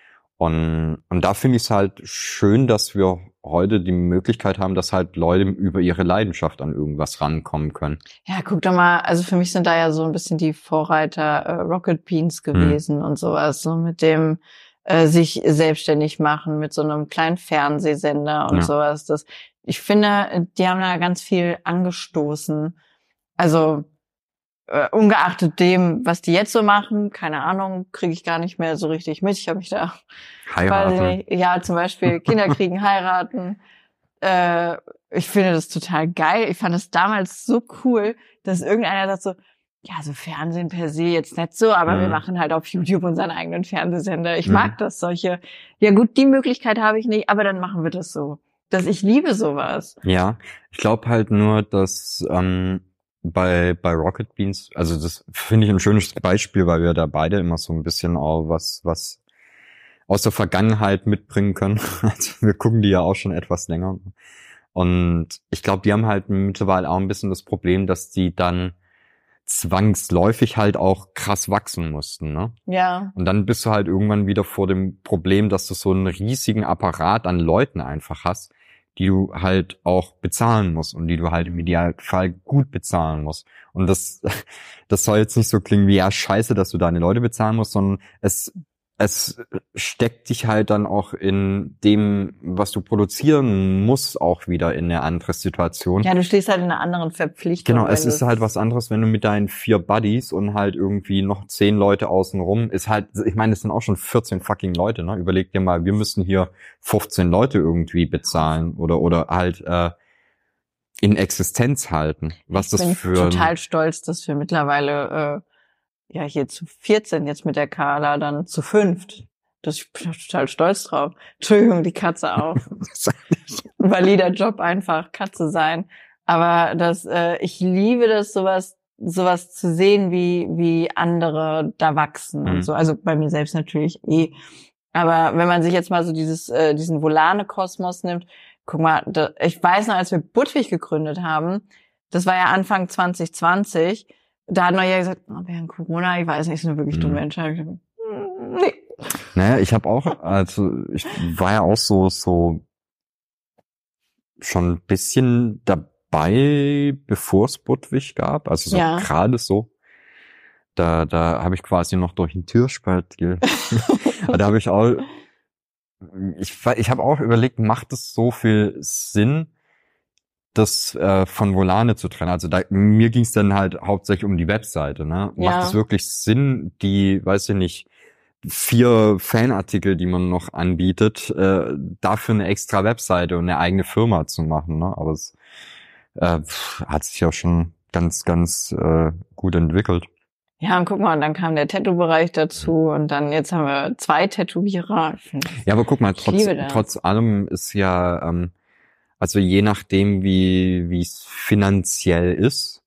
Und, und da finde ich es halt schön, dass wir heute die Möglichkeit haben, dass halt Leute über ihre Leidenschaft an irgendwas rankommen können. Ja, guck doch mal, also für mich sind da ja so ein bisschen die Vorreiter äh, Rocket Beans gewesen hm. und sowas, so mit dem äh, sich selbstständig machen, mit so einem kleinen Fernsehsender und ja. sowas. Das, ich finde, die haben da ganz viel angestoßen. Also Uh, ungeachtet dem, was die jetzt so machen, keine Ahnung, kriege ich gar nicht mehr so richtig mit. Ich habe mich da heiraten. Quasi, ja, zum Beispiel Kinder kriegen, heiraten. Äh, ich finde das total geil. Ich fand es damals so cool, dass irgendeiner sagt so, ja, so Fernsehen per se jetzt nicht so, aber mhm. wir machen halt auf YouTube unseren eigenen Fernsehsender. Ich mhm. mag das, solche. Ja gut, die Möglichkeit habe ich nicht, aber dann machen wir das so. Dass ich liebe sowas. Ja, ich glaube halt nur, dass ähm bei bei Rocket Beans, also das finde ich ein schönes Beispiel, weil wir da beide immer so ein bisschen auch was was aus der Vergangenheit mitbringen können. Also wir gucken die ja auch schon etwas länger. Und ich glaube, die haben halt mittlerweile auch ein bisschen das Problem, dass die dann zwangsläufig halt auch krass wachsen mussten, ne? Ja. Und dann bist du halt irgendwann wieder vor dem Problem, dass du so einen riesigen Apparat an Leuten einfach hast, die du halt auch bezahlen musst und die du halt im Idealfall gut bezahlen musst. Und das, das soll jetzt nicht so klingen wie, ja, scheiße, dass du deine Leute bezahlen musst, sondern es, es steckt dich halt dann auch in dem, was du produzieren musst, auch wieder in eine andere Situation. Ja, du stehst halt in einer anderen Verpflichtung. Genau, es ist halt was anderes, wenn du mit deinen vier Buddies und halt irgendwie noch zehn Leute außenrum, ist halt, ich meine, es sind auch schon vierzehn fucking Leute, ne? Überleg dir mal, wir müssen hier fünfzehn Leute irgendwie bezahlen oder oder halt äh, in Existenz halten. Was ich das bin für total stolz, dass wir mittlerweile äh, ja hier zu vierzehn jetzt mit der Carla, dann zu fünft. Das, ich bin total stolz drauf. Entschuldigung, die Katze auch. Valider Job einfach, Katze sein. Aber das, äh, ich liebe das, sowas, sowas zu sehen, wie wie andere da wachsen Mhm. und so. Also bei mir selbst natürlich eh. Aber wenn man sich jetzt mal so dieses äh, diesen Volane-Kosmos nimmt, guck mal, da, ich weiß noch, als wir Budwig gegründet haben, das war ja Anfang zwanzig zwanzig. Da hat man ja gesagt, oh, während Corona, ich weiß nicht, ist eine wirklich dumme Mhm. Entscheidung. Nee. Naja, ich habe auch, also ich war ja auch so so schon ein bisschen dabei, bevor es Budwig gab, also so Ja. gerade so. Da da habe ich quasi noch durch den Türspalt ge Aber da habe ich auch, ich ich habe auch überlegt, macht es so viel Sinn, das äh, von Volane zu trennen? Also da, mir ging es dann halt hauptsächlich um die Webseite, ne? Ja. Macht es wirklich Sinn, die, weiß ich nicht, vier Fanartikel, die man noch anbietet, äh, dafür eine extra Webseite und eine eigene Firma zu machen, ne? Aber es äh, hat sich ja schon ganz, ganz äh, gut entwickelt. Ja, und guck mal, und dann kam der Tattoo-Bereich dazu und dann jetzt haben wir zwei Tätowierer. Ja, aber guck mal, Ich trotz, liebe das. trotz allem ist ja, ähm, also je nachdem, wie wie es finanziell ist,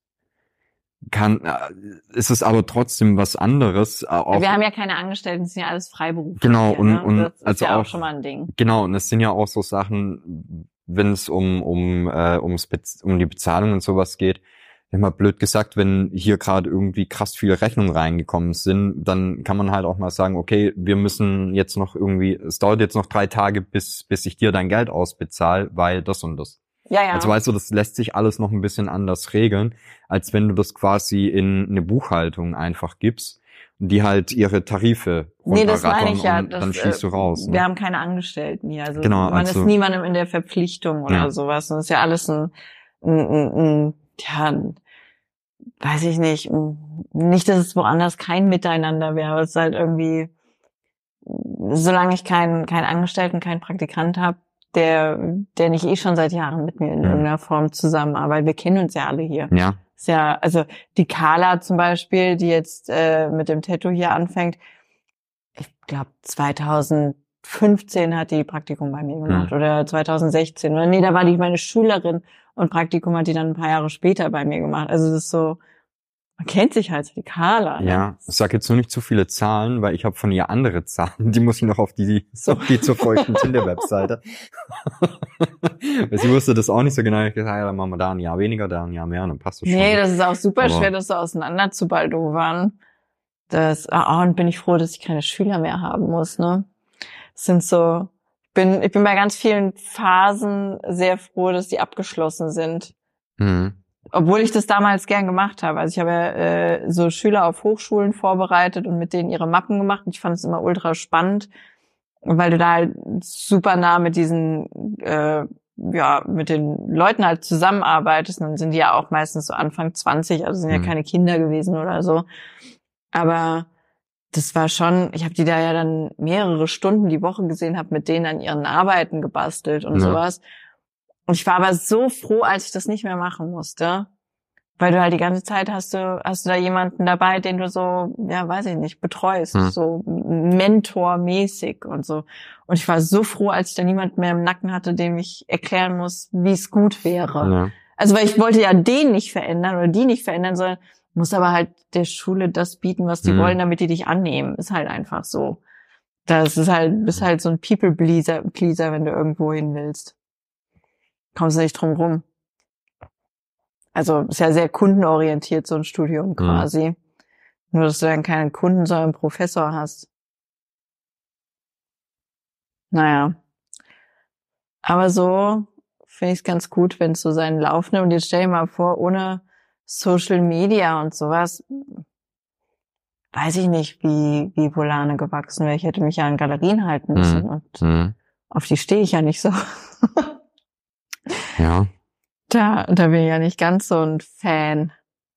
kann äh, ist es aber trotzdem was anderes. Äh, auch, Wir haben ja keine Angestellten, das sind ja alles Freiberufler. Genau, hier, und- ne? und das ist also ja auch auch- schon mal ein Ding. Genau, und es sind ja auch so Sachen, wenn es um um äh, ums Bez- um die Bezahlung und sowas geht. Immer blöd gesagt, wenn hier gerade irgendwie krass viele Rechnungen reingekommen sind, dann kann man halt auch mal sagen, okay, wir müssen jetzt noch irgendwie, es dauert jetzt noch drei Tage, bis bis ich dir dein Geld ausbezahle, weil das und das. Ja, ja. Also weißt du, das lässt sich alles noch ein bisschen anders regeln, als wenn du das quasi in eine Buchhaltung einfach gibst, die halt ihre Tarife nee, das meine runterrattern ich ja. und Das, dann schießt du raus. äh, Ne? Wir haben keine Angestellten hier. Also Genau, man also- ist niemandem in der Verpflichtung oder Ja. sowas. Und das ist ja alles ein, ein, ein, ein ja, ein, weiß ich nicht, ein, nicht, dass es woanders kein Miteinander wäre, aber es ist halt irgendwie, solange ich keinen keinen Angestellten, keinen Praktikant habe, der der nicht eh schon seit Jahren mit mir in Mhm. irgendeiner Form zusammenarbeitet. Wir kennen uns ja alle hier. Ja, Ist ja, also die Carla zum Beispiel, die jetzt äh, mit dem Tattoo hier anfängt, ich glaube zweitausendfünfzehn hat die Praktikum bei mir gemacht Hm. oder zweitausendsechzehn. Oder nee, da war die meine Schülerin und Praktikum hat die dann ein paar Jahre später bei mir gemacht. Also das ist so, man kennt sich halt, die Carla. ne? ja. Ich sag jetzt nur nicht zu viele Zahlen, weil ich habe von ihr andere Zahlen. Die muss ich noch auf die, auf die zur feuchten Tinder-Webseite. Weil sie wusste das auch nicht so genau. Ich gesagt, ja, dann machen wir da ein Jahr weniger, da ein Jahr mehr, und dann passt das schon. Nee, das ist auch super Aber- schwer, das so auseinander zu baldowern. Das, ah, und bin ich froh, dass ich keine Schüler mehr haben muss, ne? Das sind so, ich bin, ich bin bei ganz vielen Phasen sehr froh, dass die abgeschlossen sind. Mhm. Obwohl ich das damals gern gemacht habe. Also ich habe ja äh, so Schüler auf Hochschulen vorbereitet und mit denen ihre Mappen gemacht. Und ich fand es immer ultra spannend, weil du da halt super nah mit diesen, äh, ja, mit den Leuten halt zusammenarbeitest. Und dann sind die ja auch meistens so Anfang zwanzig, also sind ja Mhm. keine Kinder gewesen oder so. Aber das war schon, ich habe die da ja dann mehrere Stunden die Woche gesehen, habe mit denen an ihren Arbeiten gebastelt und Ja. sowas. Und ich war aber so froh, als ich das nicht mehr machen musste. Weil du halt die ganze Zeit hast du, hast du da jemanden dabei, den du so, ja, weiß ich nicht, betreust, Hm. so mentormäßig und so. Und ich war so froh, als ich da niemand mehr im Nacken hatte, dem ich erklären muss, wie es gut wäre. Ja. Also weil ich wollte ja den nicht verändern oder die nicht verändern, sondern muss aber halt der Schule das bieten, was die Mhm. wollen, damit die dich annehmen. Ist halt einfach so. Das ist halt, bist halt so ein People-Pleaser, Pleaser, wenn du irgendwo hin willst. Kommst du nicht drum rum. Also ist ja sehr kundenorientiert, so ein Studium quasi. Mhm. Nur, dass du dann keinen Kunden, sondern einen Professor hast. Naja. Aber so finde ich es ganz gut, wenn es so seinen Lauf nimmt. Und jetzt stell dir mal vor, ohne Social Media und sowas, weiß ich nicht, wie, wie Volane gewachsen wäre. Ich hätte mich ja an Galerien halten müssen. Mhm. Und mhm. auf die stehe ich ja nicht so. Ja. Da, da bin ich ja nicht ganz so ein Fan.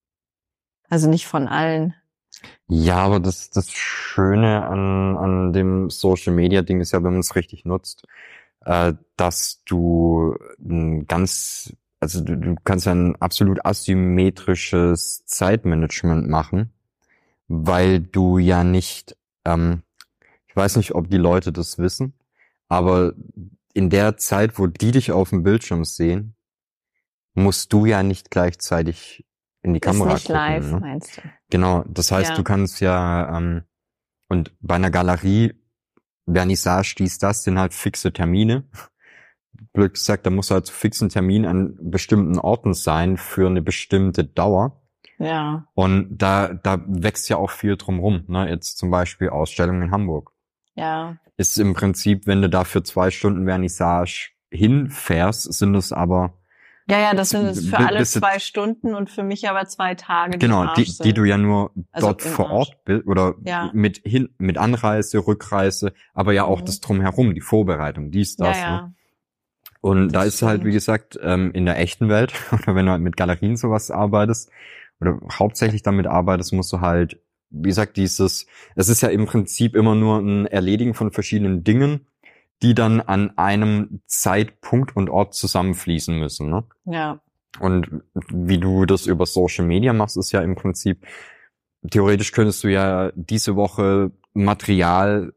Also nicht von allen. Ja, aber das, das Schöne an, an dem Social Media Ding ist ja, wenn man es richtig nutzt, äh, dass du ein ganz, also du, du kannst ja ein absolut asymmetrisches Zeitmanagement machen, weil du ja nicht, ähm, ich weiß nicht, ob die Leute das wissen, aber in der Zeit, wo die dich auf dem Bildschirm sehen, musst du ja nicht gleichzeitig in die Kamera ist nicht gucken, live, ne? meinst du? Genau, das heißt, ja. Du kannst ja, ähm, und bei einer Galerie, Vernissage, dies, das, sind halt fixe Termine. Blöd gesagt, da musst du halt zu fixen Terminen an bestimmten Orten sein für eine bestimmte Dauer. Ja. Und da, da wächst ja auch viel drum rum, ne? Jetzt zum Beispiel Ausstellung in Hamburg. Ja. Ist im Prinzip, wenn du da für zwei Stunden Vernissage hinfährst, sind es aber Ja, ja, das sind es für alle zwei Stunden und für mich aber zwei Tage. Genau, die, die du ja nur also dort vor Arsch. Ort bist oder ja. mit hin, mit Anreise, Rückreise, aber ja auch mhm. das Drumherum, die Vorbereitung, dies, das. Ja, ja. Ne? Und das da ist stimmt. halt, wie gesagt, ähm, in der echten Welt, oder wenn du halt mit Galerien sowas arbeitest, oder hauptsächlich damit arbeitest, musst du halt, wie gesagt, dieses, es ist ja im Prinzip immer nur ein Erledigen von verschiedenen Dingen, die dann an einem Zeitpunkt und Ort zusammenfließen müssen, ne? Ja. Und wie du das über Social Media machst, ist ja im Prinzip, theoretisch könntest du ja diese Woche Material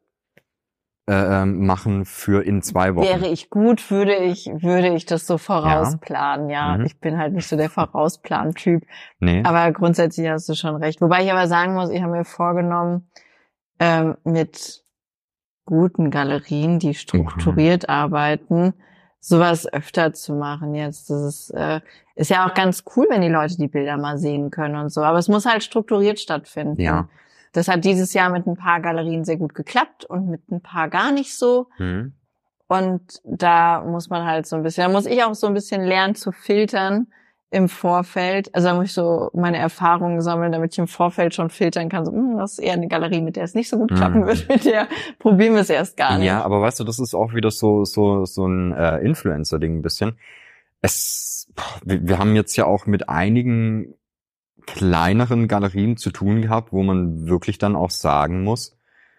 äh, machen für in zwei Wochen. Wäre ich gut, würde ich, würde ich das so vorausplanen, ja. ja. Mhm. Ich bin halt nicht so der Vorausplan-Typ. Nee. Aber grundsätzlich hast du schon recht. Wobei ich aber sagen muss, ich habe mir vorgenommen, ähm, mit guten Galerien, die strukturiert mhm. arbeiten, sowas öfter zu machen jetzt. Das ist, äh, ist ja auch ganz cool, wenn die Leute die Bilder mal sehen können und so. Aber es muss halt strukturiert stattfinden. Ja. Das hat dieses Jahr mit ein paar Galerien sehr gut geklappt und mit ein paar gar nicht so. Mhm. Und da muss man halt so ein bisschen, da muss ich auch so ein bisschen lernen zu filtern im Vorfeld. Also da muss ich so meine Erfahrungen sammeln, damit ich im Vorfeld schon filtern kann. So, hm, das ist eher eine Galerie, mit der es nicht so gut klappen mhm. wird. Mit der probieren wir es erst gar nicht. Ja, aber weißt du, das ist auch wieder so so so ein äh, Influencer-Ding ein bisschen. Es, wir, wir haben jetzt ja auch mit einigen kleineren Galerien zu tun gehabt, wo man wirklich dann auch sagen muss,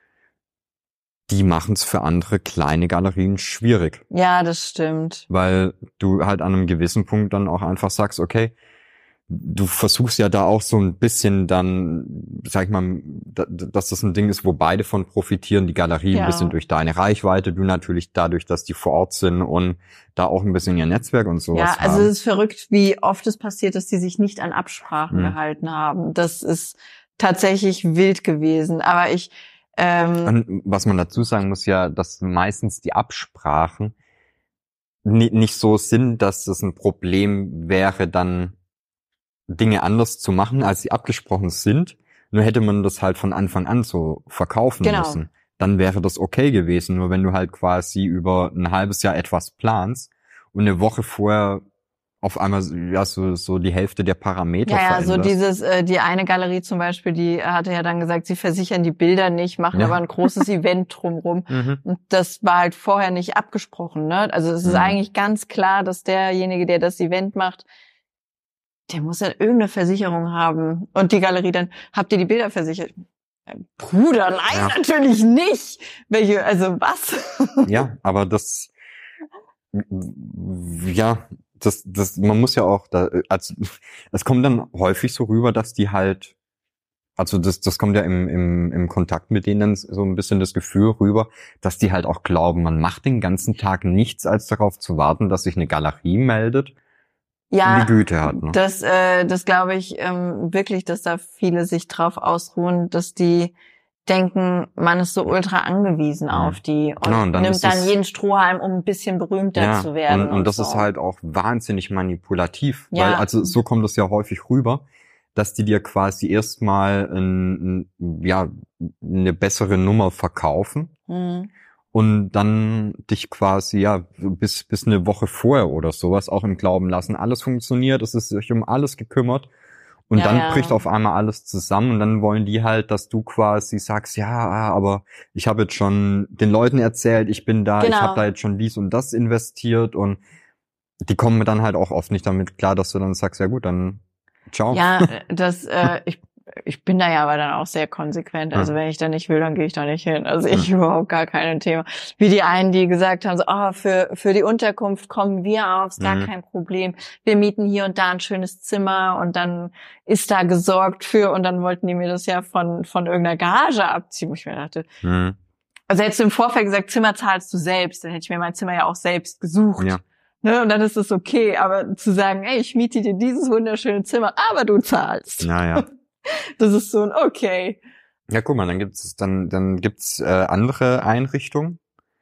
die machen es für andere kleine Galerien schwierig. Ja, das stimmt. Weil du halt an einem gewissen Punkt dann auch einfach sagst, okay, du versuchst ja da auch so ein bisschen dann, sag ich mal, dass das ein Ding ist, wo beide von profitieren, die Galerie ja. ein bisschen durch deine Reichweite, du natürlich dadurch, dass die vor Ort sind und da auch ein bisschen ihr Netzwerk und sowas haben. Ja, also haben. es ist verrückt, wie oft es passiert, dass die sich nicht an Absprachen hm. gehalten haben. Das ist tatsächlich wild gewesen, aber ich ähm und was man dazu sagen muss ja, dass meistens die Absprachen nicht so sind, dass das ein Problem wäre, dann Dinge anders zu machen, als sie abgesprochen sind. Nur hätte man das halt von Anfang an so verkaufen genau. müssen. Dann wäre das okay gewesen. Nur wenn du halt quasi über ein halbes Jahr etwas planst und eine Woche vorher auf einmal ja so so die Hälfte der Parameter ja, ja, veränderst. so dieses, äh, die eine Galerie zum Beispiel, die hatte ja dann gesagt, sie versichern die Bilder nicht, machen ja. aber ein großes Event drumrum. Mhm. Und das war halt vorher nicht abgesprochen, ne? Also es ist mhm. eigentlich ganz klar, dass derjenige, der das Event macht, der muss ja irgendeine Versicherung haben. Und die Galerie dann, habt ihr die Bilder versichert? Bruder, nein, ja. natürlich nicht. Welche, also was? Ja, aber das, ja, das, das, man muss ja auch, da, also, es kommt dann häufig so rüber, dass die halt, also das, das kommt ja im, im, im Kontakt mit denen so ein bisschen das Gefühl rüber, dass die halt auch glauben, man macht den ganzen Tag nichts, als darauf zu warten, dass sich eine Galerie meldet ja, die Güte hat. Ne? Das, äh, das glaube ich ähm, wirklich, dass da viele sich drauf ausruhen, dass die denken, man ist so ultra angewiesen Mhm. auf die und, Genau, und dann nimmt ist dann es- jeden Strohhalm, um ein bisschen berühmter Ja, zu werden. und, und das so. ist halt auch wahnsinnig manipulativ. Ja. Weil, also so kommt es ja häufig rüber, dass die dir quasi erstmal ein, ein, ja, eine bessere Nummer verkaufen Mhm. und dann dich quasi, ja, bis, bis eine Woche vorher oder sowas auch im Glauben lassen. Alles funktioniert, es ist sich um alles gekümmert. Und Ja, dann ja. bricht auf einmal alles zusammen und dann wollen die halt, dass du quasi sagst, ja, aber ich habe jetzt schon den Leuten erzählt, ich bin da, Genau. ich habe da jetzt schon dies und das investiert und die kommen dann halt auch oft nicht damit klar, dass du dann sagst, ja gut, dann ciao. Ja, das, äh, ich, ich bin da ja aber dann auch sehr konsequent. Also Ja. wenn ich da nicht will, dann gehe ich da nicht hin. Also ich überhaupt gar kein Thema. Wie die einen, die gesagt haben, so, oh, für, für die Unterkunft kommen wir auf, ist gar Mhm. kein Problem. Wir mieten hier und da ein schönes Zimmer und dann ist da gesorgt für und dann wollten die mir das ja von, von irgendeiner Garage abziehen, wo ich mir dachte, Mhm. also hättest du im Vorfeld gesagt, Zimmer zahlst du selbst, dann hätte ich mir mein Zimmer ja auch selbst gesucht. Ja. Ne, und dann ist es okay, aber zu sagen, ey, ich miete dir dieses wunderschöne Zimmer, aber du zahlst. Naja. Das ist so ein okay. Ja, guck mal, dann gibt's dann dann gibt's äh, andere Einrichtungen,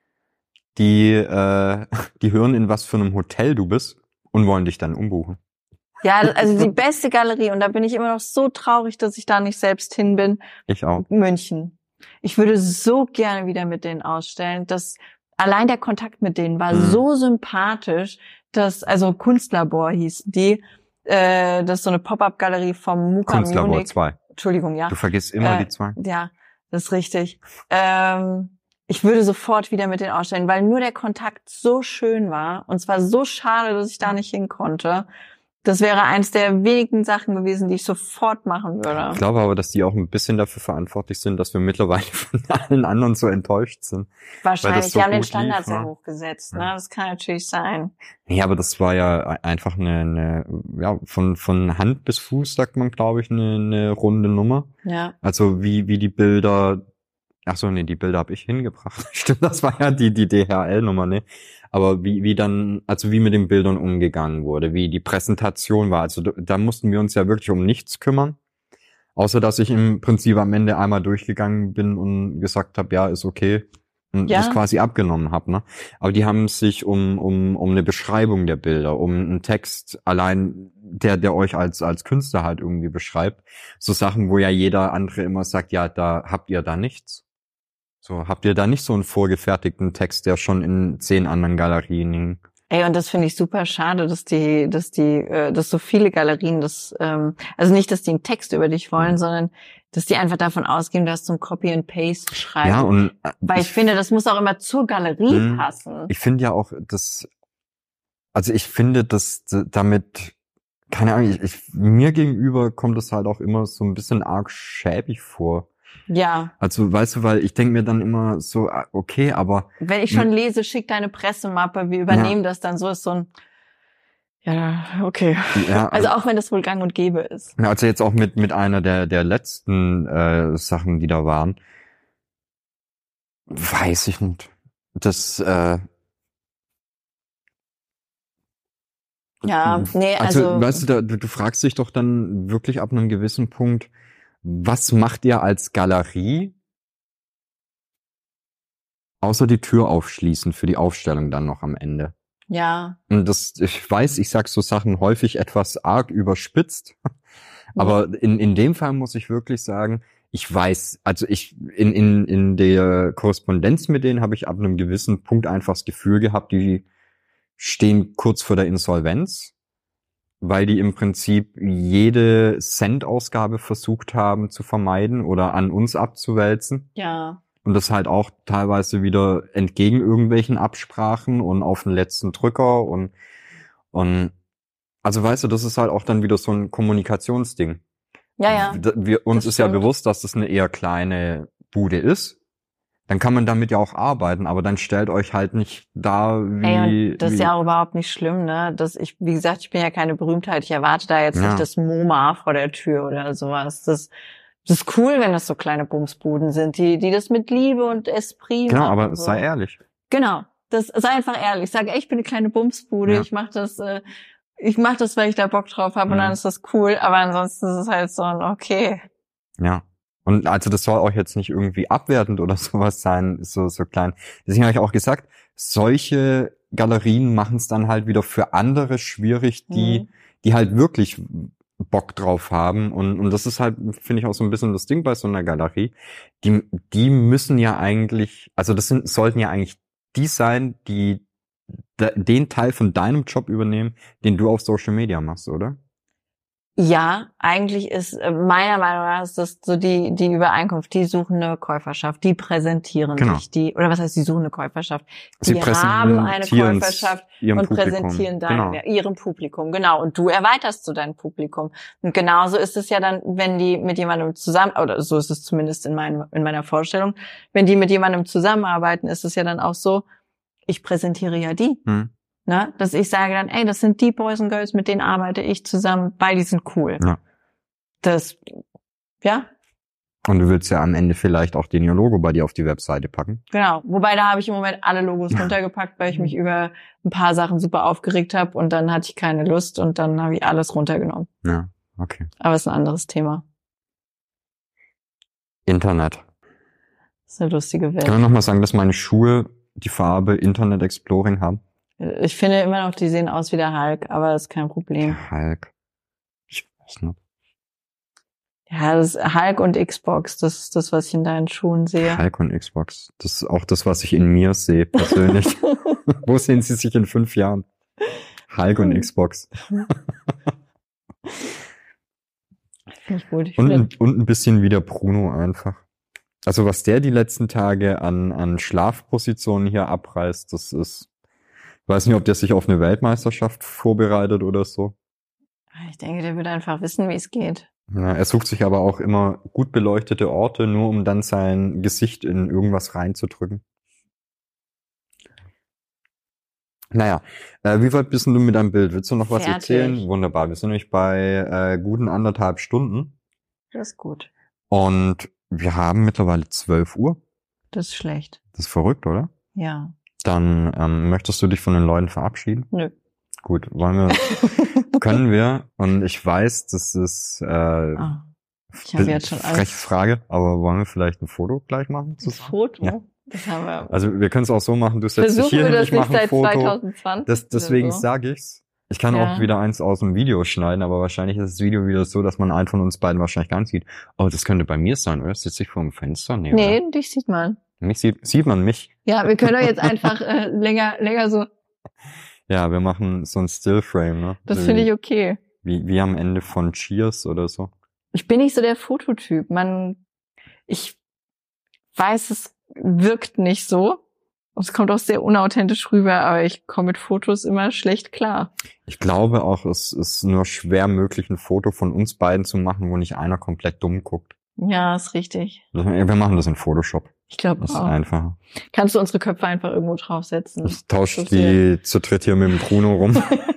die äh, die hören, in was für einem Hotel du bist und wollen dich dann umbuchen. Ja, also die beste Galerie, und da bin ich immer noch so traurig, dass ich da nicht selbst hin bin, Ich auch. München. Ich würde so gerne wieder mit denen ausstellen, dass allein der Kontakt mit denen war Mhm. so sympathisch, dass, also Kunstlabor hieß die, äh, das ist so eine Pop-Up-Galerie vom MUCA Kunstlabor Munich. zwei. Entschuldigung, ja. Du vergisst immer Äh, die zwei. Ja, das ist richtig. Ähm, ich würde sofort wieder mit denen ausstellen, weil nur der Kontakt so schön war. Und es war so schade, dass ich da nicht hin konnte. Das wäre eins der wenigen Sachen gewesen, die ich sofort machen würde. Ich glaube aber, dass die auch ein bisschen dafür verantwortlich sind, dass wir mittlerweile von allen anderen so enttäuscht sind. Wahrscheinlich, so die haben den gut Standard lief, sehr ne? hoch gesetzt. Ne? Ja. Das kann natürlich sein. Nee, aber das war ja einfach eine, eine ja, von von Hand bis Fuß, sagt man, glaube ich, eine, eine runde Nummer. Ja. Also wie wie die Bilder, ach so, nee, die Bilder habe ich hingebracht. Stimmt, das war ja die die D H L-Nummer, ne? Aber wie wie dann, also wie mit den Bildern umgegangen wurde, wie die Präsentation war. Also da mussten wir uns ja wirklich um nichts kümmern. Außer, dass ich im Prinzip am Ende einmal durchgegangen bin und gesagt habe, ja, ist okay. Und Ja. das quasi abgenommen habe, ne? Aber die haben sich um um um eine Beschreibung der Bilder, um einen Text allein, der der euch als als Künstler halt irgendwie beschreibt. So Sachen, wo ja jeder andere immer sagt, ja, da habt ihr da nichts. So, habt ihr da nicht so einen vorgefertigten Text, der schon in zehn anderen Galerien hing? Ey, und das finde ich super schade, dass die, dass die, äh, dass so viele Galerien das, ähm, also nicht, dass die einen Text über dich wollen, sondern dass die einfach davon ausgehen, dass du ein Copy and Paste schreibst. Ja, und äh, Weil ich finde, das muss auch immer zur Galerie Hm. passen. ich finde ja auch, dass, also ich finde, dass d- damit, keine Ahnung, ich, ich, mir gegenüber kommt es halt auch immer so ein bisschen arg schäbig vor. Ja, Also, weißt du, weil ich denke mir dann immer so, ah, okay, aber wenn ich schon lese, schick deine Pressemappe, wir übernehmen das dann, so ist so ein, ja, okay. ja, Also auch wenn das wohl gang und gäbe ist. Ja, also jetzt auch mit mit einer der der letzten äh, Sachen, die da waren, weiß ich nicht. Das äh, Ja, nee, also, also, weißt du, da, du, du fragst dich doch dann wirklich ab einem gewissen Punkt, was macht ihr als Galerie, außer die Tür aufschließen für die Aufstellung dann noch am Ende? ja. Und das, ich weiß, ich sag so Sachen häufig etwas arg überspitzt, aber in, in dem Fall muss ich wirklich sagen, ich weiß, also ich, in, in, in der Korrespondenz mit denen habe ich ab einem gewissen Punkt einfach das Gefühl gehabt, die stehen kurz vor der Insolvenz, weil die im Prinzip jede Cent-Ausgabe versucht haben zu vermeiden oder an uns abzuwälzen. Ja. Und das halt auch teilweise wieder entgegen irgendwelchen Absprachen und auf den letzten Drücker und, und, also weißt du, das ist halt auch dann wieder so ein Kommunikationsding. Ja, ja. D- Wir, uns Das ist ja stimmt. bewusst, dass das eine eher kleine Bude ist. Dann kann man damit ja auch arbeiten, aber dann stellt euch halt nicht da wie... Ey, und das wie, ist ja auch überhaupt nicht schlimm, ne? Dass ich, wie gesagt, ich bin ja keine Berühmtheit. Ich erwarte da jetzt Ja. nicht das MoMA vor der Tür oder sowas. Das, das ist cool, wenn das so kleine Bumsbuden sind, die, die das mit Liebe und Esprit Genau, machen. aber so. sei ehrlich. Genau. Das, sei einfach ehrlich. Sag, ey, ich bin eine kleine Bumsbude. Ja. Ich mache das, äh, ich mache das, weil ich da Bock drauf habe, mhm. und dann ist das cool, aber ansonsten ist es halt so ein okay. Ja. Und also das soll auch jetzt nicht irgendwie abwertend oder sowas sein, so so klein. Deswegen habe ich auch gesagt, solche Galerien machen es dann halt wieder für andere schwierig, die mhm. die halt wirklich Bock drauf haben. Und und das ist halt, finde ich, auch so ein bisschen das Ding bei so einer Galerie. Die die müssen ja eigentlich, also das sind sollten ja eigentlich die sein, die den Teil von deinem Job übernehmen, den du auf Social Media machst, oder? Ja, eigentlich ist meiner Meinung nach ist das so die die Übereinkunft. Die suchen eine Käuferschaft, die präsentieren genau. dich, die oder was heißt, die suchen eine Käuferschaft? Die haben eine Käuferschaft und Publikum. präsentieren dein, genau. ihrem Publikum, genau. Und du erweiterst so dein Publikum. Und genauso ist es ja dann, wenn die mit jemandem zusammen, oder so ist es zumindest in meinem in meiner Vorstellung, wenn die mit jemandem zusammenarbeiten, ist es ja dann auch so, ich präsentiere ja die. Hm. Ne, dass ich sage dann, ey, das sind die Boys and Girls, mit denen arbeite ich zusammen, weil die sind cool. Ja. Das, ja. Und du willst ja am Ende vielleicht auch den ihr Logo bei dir auf die Webseite packen. Genau. Wobei, da habe ich im Moment alle Logos runtergepackt, weil ich mich über ein paar Sachen super aufgeregt habe und dann hatte ich keine Lust und dann habe ich alles runtergenommen. Ja, okay. Aber es ist ein anderes Thema. Internet. Das ist eine lustige Welt. Kann man nochmal sagen, dass meine Schuhe die Farbe Internet Exploring haben? Ich finde immer noch, die sehen aus wie der Hulk, aber das ist kein Problem. Hulk. Ich weiß nicht. Ja, das ist Hulk und Xbox, das ist das, was ich in deinen Schuhen sehe. Hulk und Xbox. Das ist auch das, was ich in mir sehe, persönlich. Wo sehen Sie sich in fünf Jahren? Hulk und Xbox. Finde ich gut. Ich und, und ein bisschen wie der Bruno einfach. Also was der die letzten Tage an, an Schlafpositionen hier abreißt, das ist... Ich weiß nicht, ob der sich auf eine Weltmeisterschaft vorbereitet oder so. Ich denke, der wird einfach wissen, wie es geht. Ja, er sucht sich aber auch immer gut beleuchtete Orte, nur um dann sein Gesicht in irgendwas reinzudrücken. Naja, äh, wie weit bist du mit deinem Bild? Willst du noch was Fertig. erzählen? Wunderbar, wir sind nämlich bei äh, guten anderthalb Stunden. Das ist gut. Und wir haben mittlerweile zwölf Uhr. Das ist schlecht. Das ist verrückt, oder? Ja. Dann ähm, möchtest du dich von den Leuten verabschieden? Nö. Gut, wollen wir, können wir. Und ich weiß, das ist äh, oh, ich habe jetzt schon freche alles. Frage, aber wollen wir vielleicht ein Foto gleich machen? Ein Foto? Ja. Das haben wir. Also wir können es auch so machen, du setzt dich hier hin, ich mache ein Foto. zwanzig zwanzig Das, deswegen so. sage ich's. Ich kann ja. auch wieder eins aus dem Video schneiden, aber wahrscheinlich ist das Video wieder so, dass man einen von uns beiden wahrscheinlich gar nicht sieht. Oh, das könnte bei mir sein, oder? Sitze ich vor dem Fenster? Nee, nee oder? Dich sieht man. Mich sieht, sieht man mich. Ja, wir können doch jetzt einfach äh, länger, länger so. Ja, wir machen so ein Stillframe, ne? Das finde ich okay. Wie, wie am Ende von Cheers oder so. Ich bin nicht so der Fototyp. Man, ich weiß, es wirkt nicht so. Und es kommt auch sehr unauthentisch rüber, aber ich komme mit Fotos immer schlecht klar. Ich glaube auch, es ist nur schwer möglich, ein Foto von uns beiden zu machen, wo nicht einer komplett dumm guckt. Ja, ist richtig. Wir machen das in Photoshop. Ich glaube auch. Das ist einfacher. Kannst du unsere Köpfe einfach irgendwo draufsetzen? Ich tausche die zu dritt hier mit dem Bruno rum.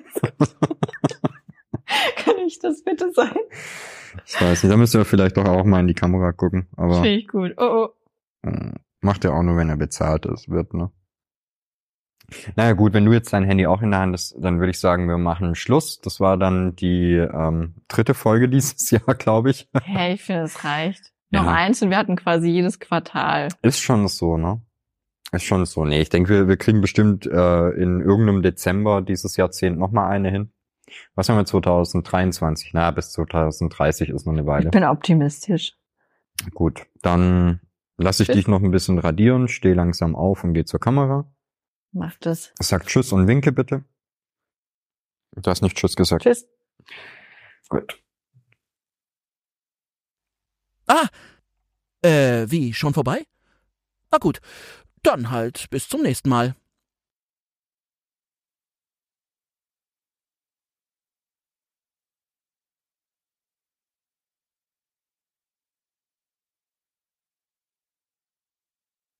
Kann ich das bitte sein? Ich weiß nicht, da müsst ihr vielleicht doch auch mal in die Kamera gucken. Aber finde ich gut. Oh, oh. Macht er auch nur, wenn er bezahlt ist, wird, ne? Naja gut, wenn du jetzt dein Handy auch in der Hand hast, dann würde ich sagen, wir machen Schluss. Das war dann die ähm, dritte Folge dieses Jahr, glaube ich. Hey, ich finde, es reicht. Ja. Noch eins und wir hatten quasi jedes Quartal. Ist schon so, ne? Ist schon so. Nee, ich denke, wir, wir kriegen bestimmt äh, in irgendeinem Dezember dieses Jahrzehnt nochmal eine hin. Was haben wir zwanzig dreiundzwanzig? Na, bis zwanzig dreißig ist noch eine Weile. Ich bin optimistisch. Gut, dann lasse ich bis dich noch ein bisschen radieren, steh langsam auf und geh zur Kamera. Mach das. Sag Tschüss und winke bitte. Du hast nicht Tschüss gesagt. Tschüss. Gut. Ah, äh, wie, schon vorbei? Na gut, dann halt bis zum nächsten Mal.